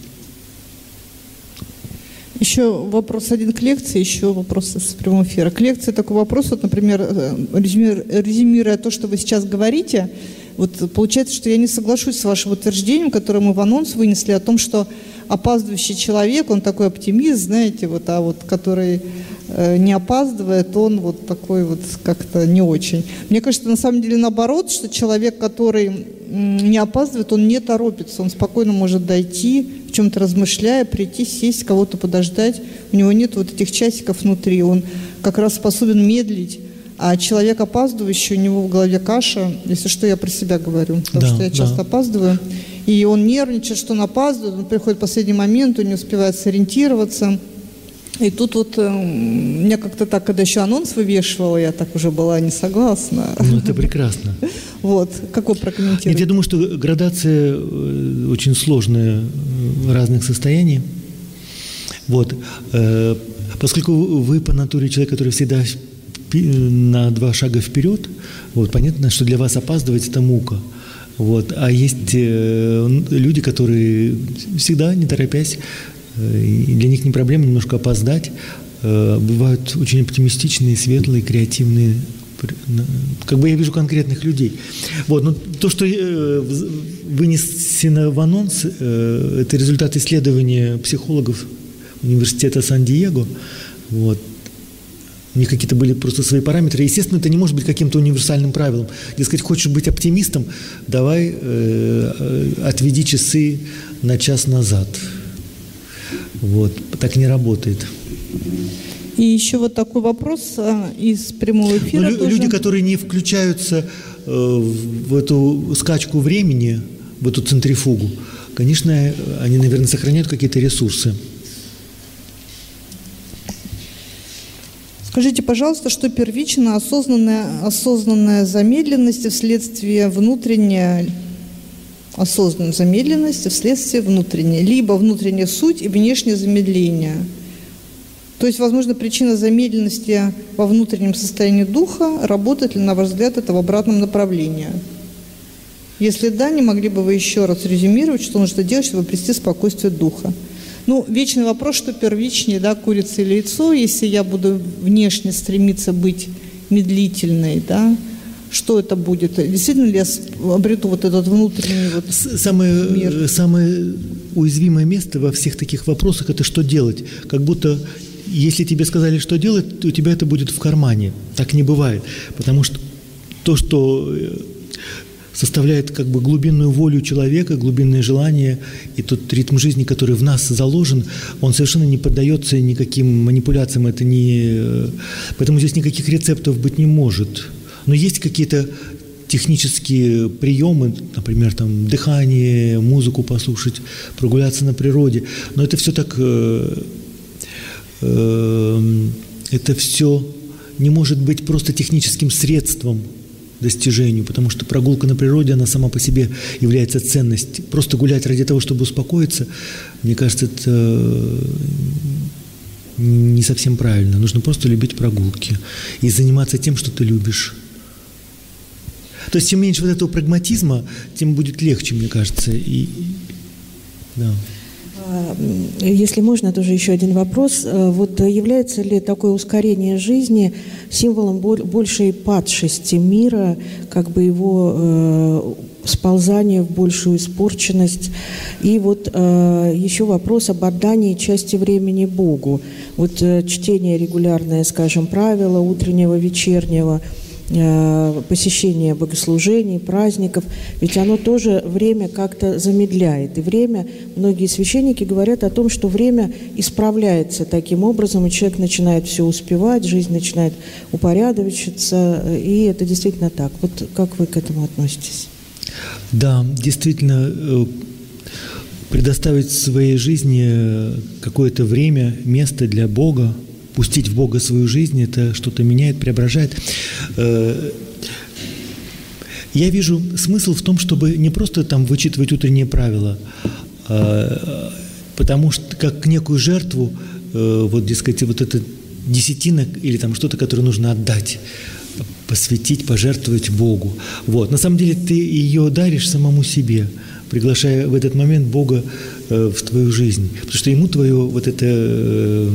Еще вопрос один к лекции, еще вопрос с прямого эфира. К лекции такой вопрос, вот, например, резюмируя то, что вы сейчас говорите, вот получается, что я не соглашусь с вашим утверждением, которое мы в анонс вынесли, о том, что опаздывающий человек, он такой оптимист, знаете, вот, а вот который не опаздывает, он вот такой вот как-то не очень. Мне кажется, на самом деле наоборот, что человек, который не опаздывает, он не торопится, он спокойно может дойти, в чем-то размышляя, прийти, сесть, кого-то подождать. У него нет вот этих часиков внутри, он как раз способен медлить. А человек опаздывающий, у него в голове каша, если что, я про себя говорю, потому что я часто опаздываю. И он нервничает, что он опаздывает, он приходит в последний момент, он не успевает сориентироваться. И тут вот меня как-то так, когда еще анонс вывешивала, я так уже была не согласна. Ну, это прекрасно. Вот, как вы прокомментируете? Нет, я думаю, что градация очень сложная разных состояний. Вот. Поскольку вы по натуре человек, который всегда на 2 шага вперед, вот, понятно, что для вас опаздывать – это мука. Вот. А есть люди, которые всегда, не торопясь, и для них не проблема немножко опоздать. Бывают очень оптимистичные, светлые, креативные. Как бы я вижу конкретных людей. Вот. Но то, что вынесено в анонс, это результат исследования психологов университета Сан-Диего. Вот. У них какие-то были просто свои параметры. Естественно, это не может быть каким-то универсальным правилом. Дескать, хочешь быть оптимистом, давай отведи часы на час назад. Вот. Так не работает. И еще вот такой вопрос из прямого эфира. Люди, которые не включаются в эту скачку времени, в эту центрифугу, конечно, они, наверное, сохраняют какие-то ресурсы. Скажите, пожалуйста, что первично осознанная замедленность вследствие внутренней, осознанная замедленность вследствие внутренней, либо внутренняя суть и внешнее замедление. То есть, возможно, причина замедленности во внутреннем состоянии духа, работает ли, на ваш взгляд, это в обратном направлении? Если да, не могли бы вы еще раз резюмировать, что нужно делать, чтобы обрести спокойствие духа? Ну, вечный вопрос, что первичнее, да, курица или яйцо, если я буду внешне стремиться быть медлительной, да, что это будет? Действительно ли я обрету вот этот внутренний вот мир? Самое уязвимое место во всех таких вопросах – это что делать. Как будто, если тебе сказали, что делать, то у тебя это будет в кармане. Так не бывает. Потому что то, что составляет как бы глубинную волю человека, глубинное желание и тот ритм жизни, который в нас заложен, он совершенно не поддается никаким манипуляциям. Это не... Поэтому здесь никаких рецептов быть не может. Но есть какие-то технические приемы, например, там, дыхание, музыку послушать, прогуляться на природе. Но это все так... это все не может быть просто техническим средством достижению, потому что прогулка на природе, она сама по себе является ценностью. Просто гулять ради того, чтобы успокоиться, мне кажется, это не совсем правильно. Нужно просто любить прогулки и заниматься тем, что ты любишь. То есть, чем меньше вот этого прагматизма, тем будет легче, мне кажется. Да. Если можно, тоже еще один вопрос. Вот является ли такое ускорение жизни символом большей падшести мира, как бы его сползания в большую испорченность? И вот еще вопрос об отдании части времени Богу. Вот чтение регулярное, скажем, правила утреннего, вечернего, посещение богослужений, праздников, ведь оно тоже время как-то замедляет. И время, многие священники говорят о том, что время исправляется таким образом, и человек начинает все успевать, жизнь начинает упорядочиться, и это действительно так. Вот как вы к этому относитесь? Да, действительно, предоставить в своей жизни какое-то время, место для Бога, пустить в Бога свою жизнь, это что-то меняет, преображает. Я вижу смысл в том, чтобы не просто там вычитывать утренние правила, потому что как некую жертву, вот, дескать, вот это десятина или там что-то, которое нужно отдать, посвятить, пожертвовать Богу. Вот. На самом деле ты ее даришь самому себе, приглашая в этот момент Бога в твою жизнь. Потому что ему твое вот это...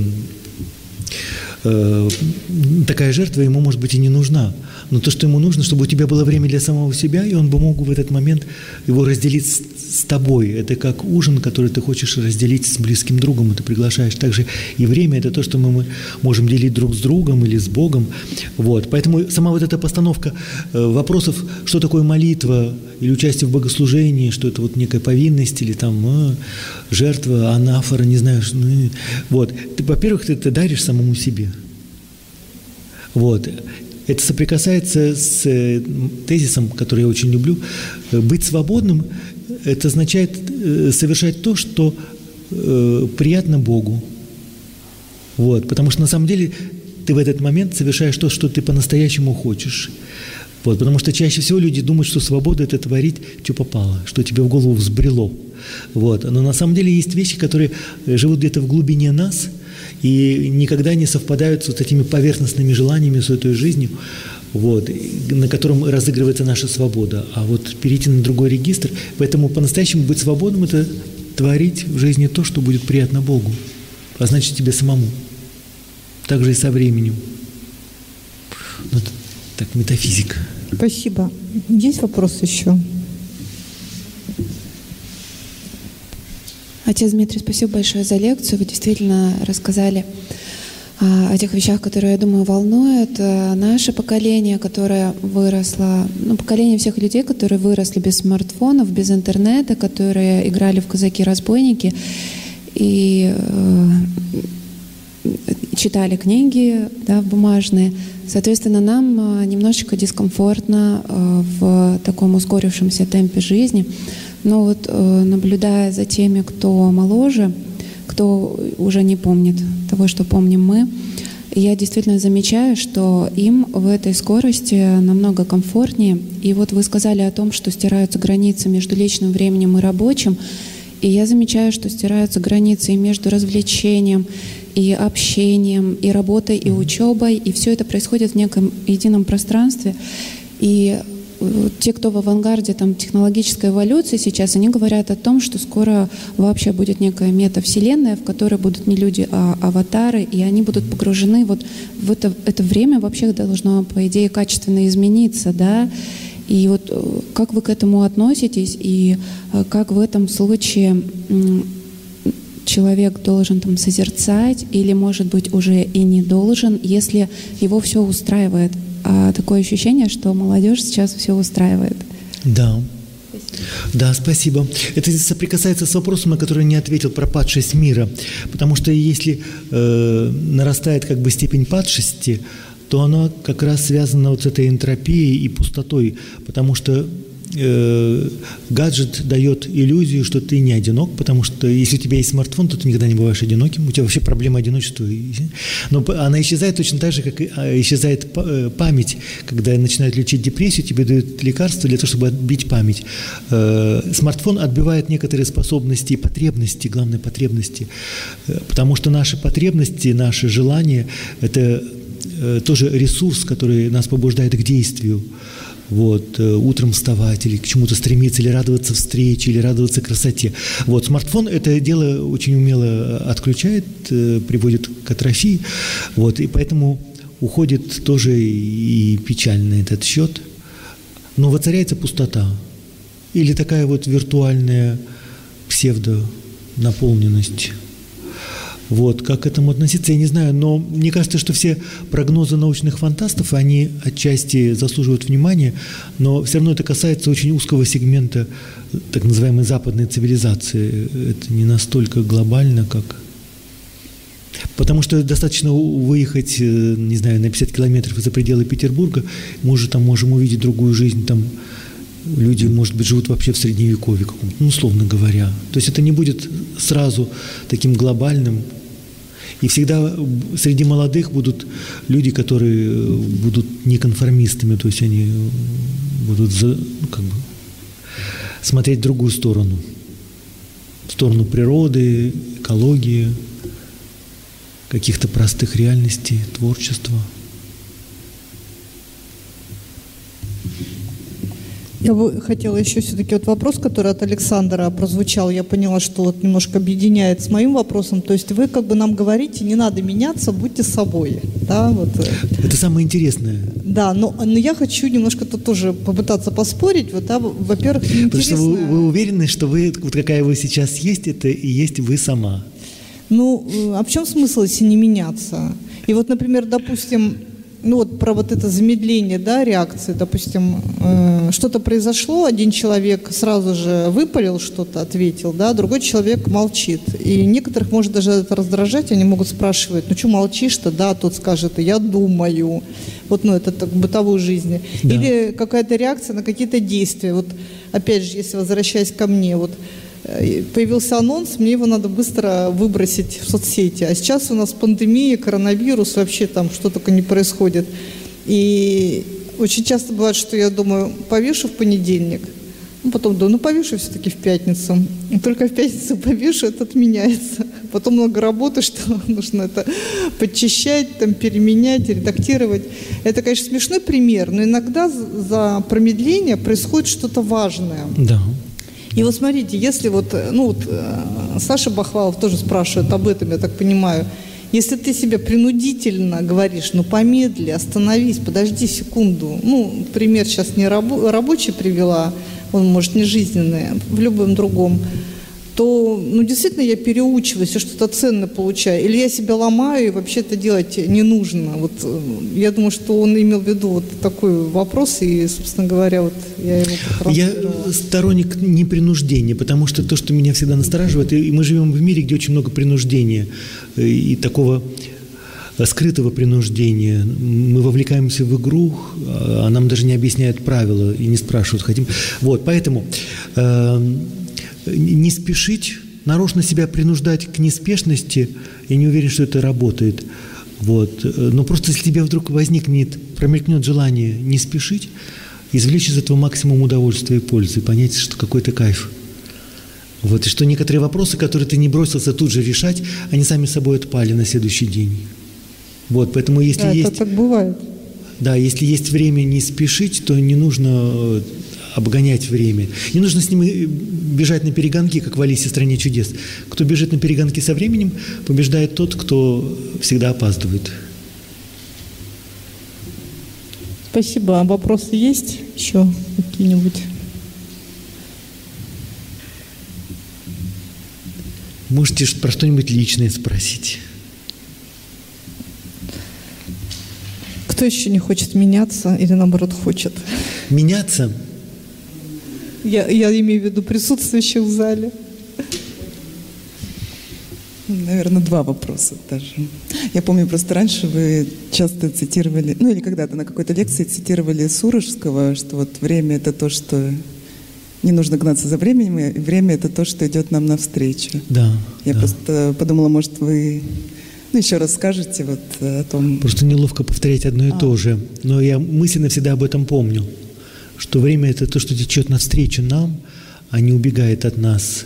такая жертва ему, может быть, и не нужна. Но то, что ему нужно, чтобы у тебя было время для самого себя, и он бы мог в этот момент его разделить с тобой. Это как ужин, который ты хочешь разделить с близким другом, и ты приглашаешь. Также и время – это то, что мы можем делить друг с другом или с Богом. Вот. Поэтому сама вот эта постановка вопросов, что такое молитва или участие в богослужении, что это вот некая повинность или там жертва, анафора, не знаю. Вот. Ты, во-первых, ты это даришь самому себе. Вот. Это соприкасается с тезисом, который я очень люблю. Быть свободным – это означает совершать то, что приятно Богу. Вот. Потому что на самом деле ты в этот момент совершаешь то, что ты по-настоящему хочешь. Вот. Потому что чаще всего люди думают, что свобода – это творить, что попало, что тебе в голову взбрело. Вот. Но на самом деле есть вещи, которые живут где-то в глубине нас – и никогда не совпадают с вот этими поверхностными желаниями, с этой жизнью, вот, на котором разыгрывается наша свобода. А вот перейти на другой регистр, поэтому по-настоящему быть свободным – это творить в жизни то, что будет приятно Богу, а значит тебе самому. Так же и со временем. Ну, так, метафизика. Спасибо. Есть вопрос еще? Отец Дмитрий, спасибо большое за лекцию. Вы действительно рассказали о тех вещах, которые, я думаю, волнуют наше поколение, которое выросло, поколение всех людей, которые выросли без смартфонов, без интернета, которые играли в казаки-разбойники и читали книги, да, бумажные. Соответственно, нам немножечко дискомфортно в таком ускорившемся темпе жизни. Но вот наблюдая за теми, кто моложе, кто уже не помнит того, что помним мы, я действительно замечаю, что им в этой скорости намного комфортнее. И вот вы сказали о том, что стираются границы между личным временем и рабочим. И я замечаю, что стираются границы и между развлечением, и общением, и работой, и учебой. И все это происходит в неком едином пространстве. И те, кто в авангарде там, технологической эволюции сейчас, они говорят о том, что скоро вообще будет некая метавселенная, в которой будут не люди, а аватары, и они будут погружены вот в это время вообще должно, по идее, качественно измениться, да? И вот как вы к этому относитесь, и как в этом случае человек должен там созерцать, или, может быть, уже и не должен, если его все устраивает? А такое ощущение, что молодежь сейчас все устраивает. Да. Да, спасибо. Это соприкасается с вопросом, на который не ответил, про падшесть мира. Потому что если нарастает как бы степень падшести, то она как раз связана вот с этой энтропией и пустотой. Потому что гаджет дает иллюзию, что ты не одинок, потому что если у тебя есть смартфон, то ты никогда не бываешь одиноким, у тебя вообще проблема одиночества. Но она исчезает точно так же, как исчезает память. Когда начинают лечить депрессию, тебе дают лекарства для того, чтобы отбить память. Смартфон отбивает некоторые способности и потребности, главное потребности, потому что наши потребности, наши желания – это тоже ресурс, который нас побуждает к действию. Вот, утром вставать или к чему-то стремиться, или радоваться встрече, или радоваться красоте. Вот, смартфон это дело очень умело отключает, приводит к атрофии, вот, и поэтому уходит тоже и печально этот счет. Но воцаряется пустота или такая вот виртуальная псевдонаполненность. Вот, как к этому относиться, я не знаю, но мне кажется, что все прогнозы научных фантастов, они отчасти заслуживают внимания, но все равно это касается очень узкого сегмента так называемой западной цивилизации. Это не настолько глобально, как... Потому что достаточно выехать, не знаю, на 50 километров за пределы Петербурга, мы уже там можем увидеть другую жизнь там люди, может быть, живут вообще в средневековье каком-то, ну, условно говоря. То есть это не будет сразу таким глобальным. И всегда среди молодых будут люди, которые будут неконформистами, то есть они будут смотреть в другую сторону. В сторону природы, экологии, каких-то простых реальностей, творчества. Я бы хотела еще все-таки вот вопрос, который от Александра прозвучал, я поняла, что вот немножко объединяет с моим вопросом. То есть вы как бы нам говорите, не надо меняться, будьте собой. Да, вот. Это самое интересное. Да, но я хочу немножко тут тоже попытаться поспорить. Вот, да, во-первых, потому что вы уверены, что вы, вот какая вы сейчас есть, это и есть вы сама. Ну, а в чем смысл, если не меняться? И вот, например, допустим, ну вот про вот это замедление, да, реакции, допустим, что-то произошло, один человек сразу же выпалил что-то, ответил, да, другой человек молчит. И некоторых может даже это раздражать, они могут спрашивать, ну что молчишь-то, да, тот скажет, я думаю, вот, ну это так в бытовой жизни. Да. Или какая-то реакция на какие-то действия. Вот опять же, если возвращаясь ко мне, вот появился анонс, мне его надо быстро выбросить в соцсети. А сейчас у нас пандемия, коронавирус, вообще там что только не происходит. И очень часто бывает, что я думаю, повешу в понедельник, ну, потом думаю, ну повешу все-таки в пятницу. И только в пятницу повешу, это отменяется. Потом много работы, что нужно это подчищать, там, переменять, редактировать. Это, конечно, смешной пример, но иногда за промедление происходит что-то важное. Да. И вот смотрите, если вот, ну вот Саша Бахвалов тоже спрашивает об этом, я так понимаю, если ты себе принудительно говоришь, ну помедли, остановись, подожди секунду, ну пример сейчас не рабочий привела, он может не жизненный, в любом другом, то, ну, действительно я переучиваюсь и что-то ценное получаю. Или я себя ломаю, и вообще это делать не нужно. Вот я думаю, что он имел в виду вот такой вопрос, и, собственно говоря, вот я его протранслировала. Я сторонник непринуждения, потому что то, что меня всегда настораживает, и мы живем в мире, где очень много принуждения и такого скрытого принуждения. Мы вовлекаемся в игру, а нам даже не объясняют правила и не спрашивают, хотим. Вот, поэтому не спешить, нарочно себя принуждать к неспешности, я не уверен, что это работает. Вот. Но просто если тебе вдруг промелькнет желание не спешить, извлечь из этого максимум удовольствия и пользы, понять, что какой-то кайф. Вот. И что некоторые вопросы, которые ты не бросился тут же решать, они сами собой отпали на следующий день. Вот. Поэтому если да, есть... это так бывает. Да, если есть время не спешить, то не нужно обгонять время. Не нужно с ним бежать на перегонки, как в «Алисе в стране чудес». Кто бежит на перегонки со временем, побеждает тот, кто всегда опаздывает. Спасибо. А вопросы есть еще какие-нибудь? Можете про что-нибудь личное спросить. Кто еще не хочет меняться или, наоборот, хочет? Меняться? Я имею в виду присутствующих в зале. Наверное, два вопроса даже. Я помню, просто раньше вы часто цитировали, ну или когда-то на какой-то лекции цитировали Сурожского, что вот время — это то, что не нужно гнаться за временем, и время — это то, что идет нам навстречу. Да. Я просто подумала, может, вы еще раз скажете вот о том... Просто неловко повторять одно и то же, но я мысленно всегда об этом помню, что время — это то, что течет навстречу нам, а не убегает от нас.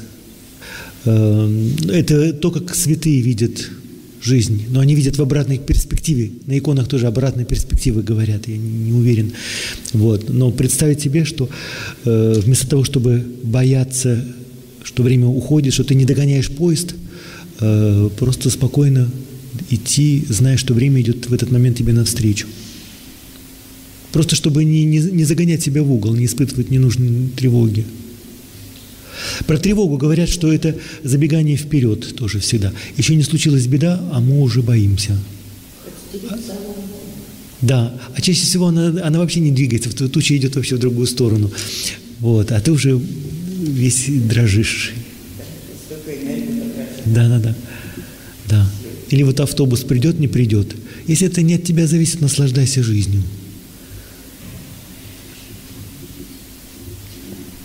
Это то, как святые видят жизнь, но они видят в обратной перспективе. На иконах тоже обратной перспективы говорят, я не уверен. Вот. Но представить себе, что вместо того, чтобы бояться, что время уходит, что ты не догоняешь поезд, просто спокойно идти, зная, что время идет в этот момент тебе навстречу. Просто чтобы не загонять себя в угол, не испытывать ненужной тревоги. Про тревогу говорят, что это забегание вперед тоже всегда. Еще не случилась беда, а мы уже боимся. Да, а чаще всего она вообще не двигается, туча идет вообще в другую сторону. Вот, а ты уже весь дрожишь. Да. Или вот автобус придет, не придет. Если это не от тебя зависит, наслаждайся жизнью.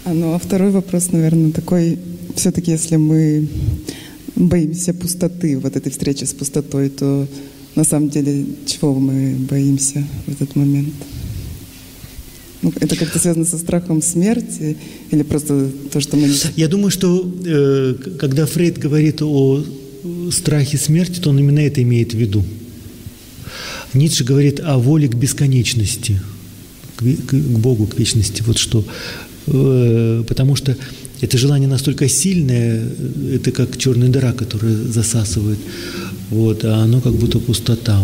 Ну, а второй вопрос, наверное, такой, все-таки, если мы боимся пустоты, вот этой встречи с пустотой, то на самом деле чего мы боимся в этот момент? Ну, это как-то связано со страхом смерти или просто то, что мы... Я думаю, что когда Фрейд говорит о страхе смерти, то он именно это имеет в виду. Ницше говорит о воле к бесконечности, к Богу, к вечности. Вот что. Потому что это желание настолько сильное, это как черная дыра, которая засасывает, вот, а оно как будто пустота.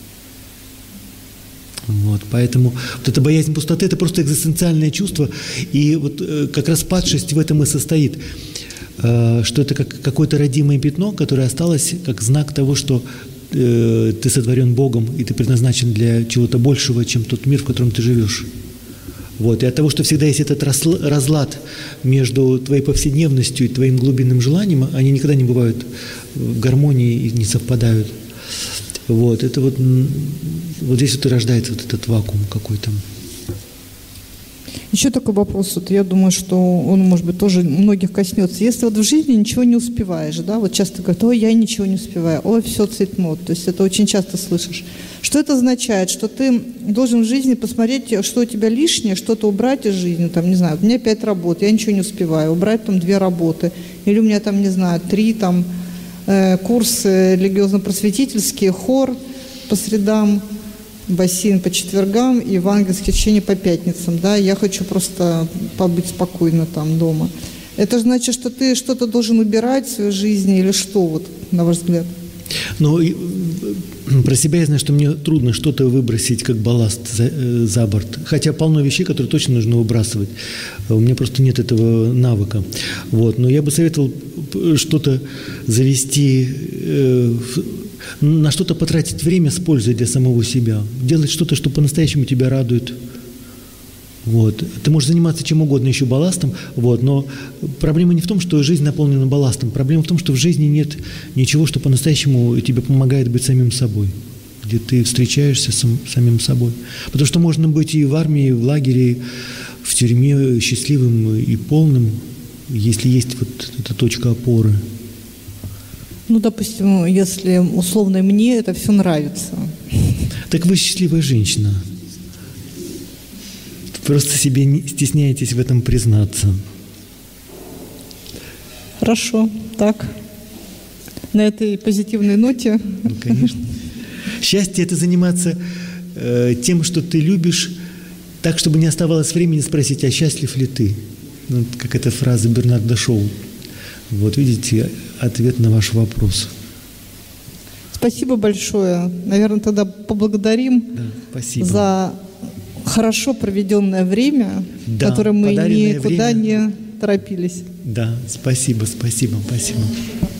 Вот, поэтому вот эта боязнь пустоты – это просто экзистенциальное чувство, и вот как раз падшесть в этом и состоит, что это как какое-то родимое пятно, которое осталось как знак того, что ты сотворен Богом, и ты предназначен для чего-то большего, чем тот мир, в котором ты живешь. Вот. И от того, что всегда есть этот разлад между твоей повседневностью и твоим глубинным желанием, они никогда не бывают в гармонии и не совпадают. Вот. Это вот здесь вот и рождается вот этот вакуум какой-то. Еще такой вопрос, вот я думаю, что он, может быть, тоже многих коснется. Если вот в жизни ничего не успеваешь, да, вот часто говорят, ой, я ничего не успеваю, ой, все цветно, то есть это очень часто слышишь. Что это означает? Что ты должен в жизни посмотреть, что у тебя лишнее, что-то убрать из жизни, там, не знаю, у меня 5 работ, я ничего не успеваю, убрать там 2 работы, или у меня там, не знаю, 3 там курсы религиозно-просветительские, хор по средам, бассейн по четвергам и евангельские чтения по пятницам, да, я хочу просто побыть спокойно там дома. Это значит, что ты что-то должен убирать в своей жизни или что, вот, на ваш взгляд? Ну, про себя я знаю, что мне трудно что-то выбросить как балласт за борт. Хотя полно вещей, которые точно нужно выбрасывать. У меня просто нет этого навыка. Вот. Но я бы советовал что-то завести, на что-то потратить время с пользой для самого себя. Делать что-то, что по-настоящему тебя радует. Вот. Ты можешь заниматься чем угодно, еще балластом, вот, но проблема не в том, что жизнь наполнена балластом. Проблема в том, что в жизни нет ничего, что по-настоящему тебе помогает быть самим собой, где ты встречаешься с самим собой. Потому что можно быть и в армии, и в лагере, в тюрьме счастливым и полным, если есть вот эта точка опоры. Ну, допустим, если условно мне это все нравится. Так вы счастливая женщина. Просто себе не стесняетесь в этом признаться. Хорошо, так. На этой позитивной ноте. Ну, конечно. Счастье – это заниматься тем, что ты любишь, так, чтобы не оставалось времени спросить, а счастлив ли ты? Ну, как эта фраза Бернарда Шоу. Вот видите, ответ на ваш вопрос. Спасибо большое. Наверное, тогда поблагодарим за хорошо проведенное время, да, которое мы никуда время. не торопились. Да, спасибо.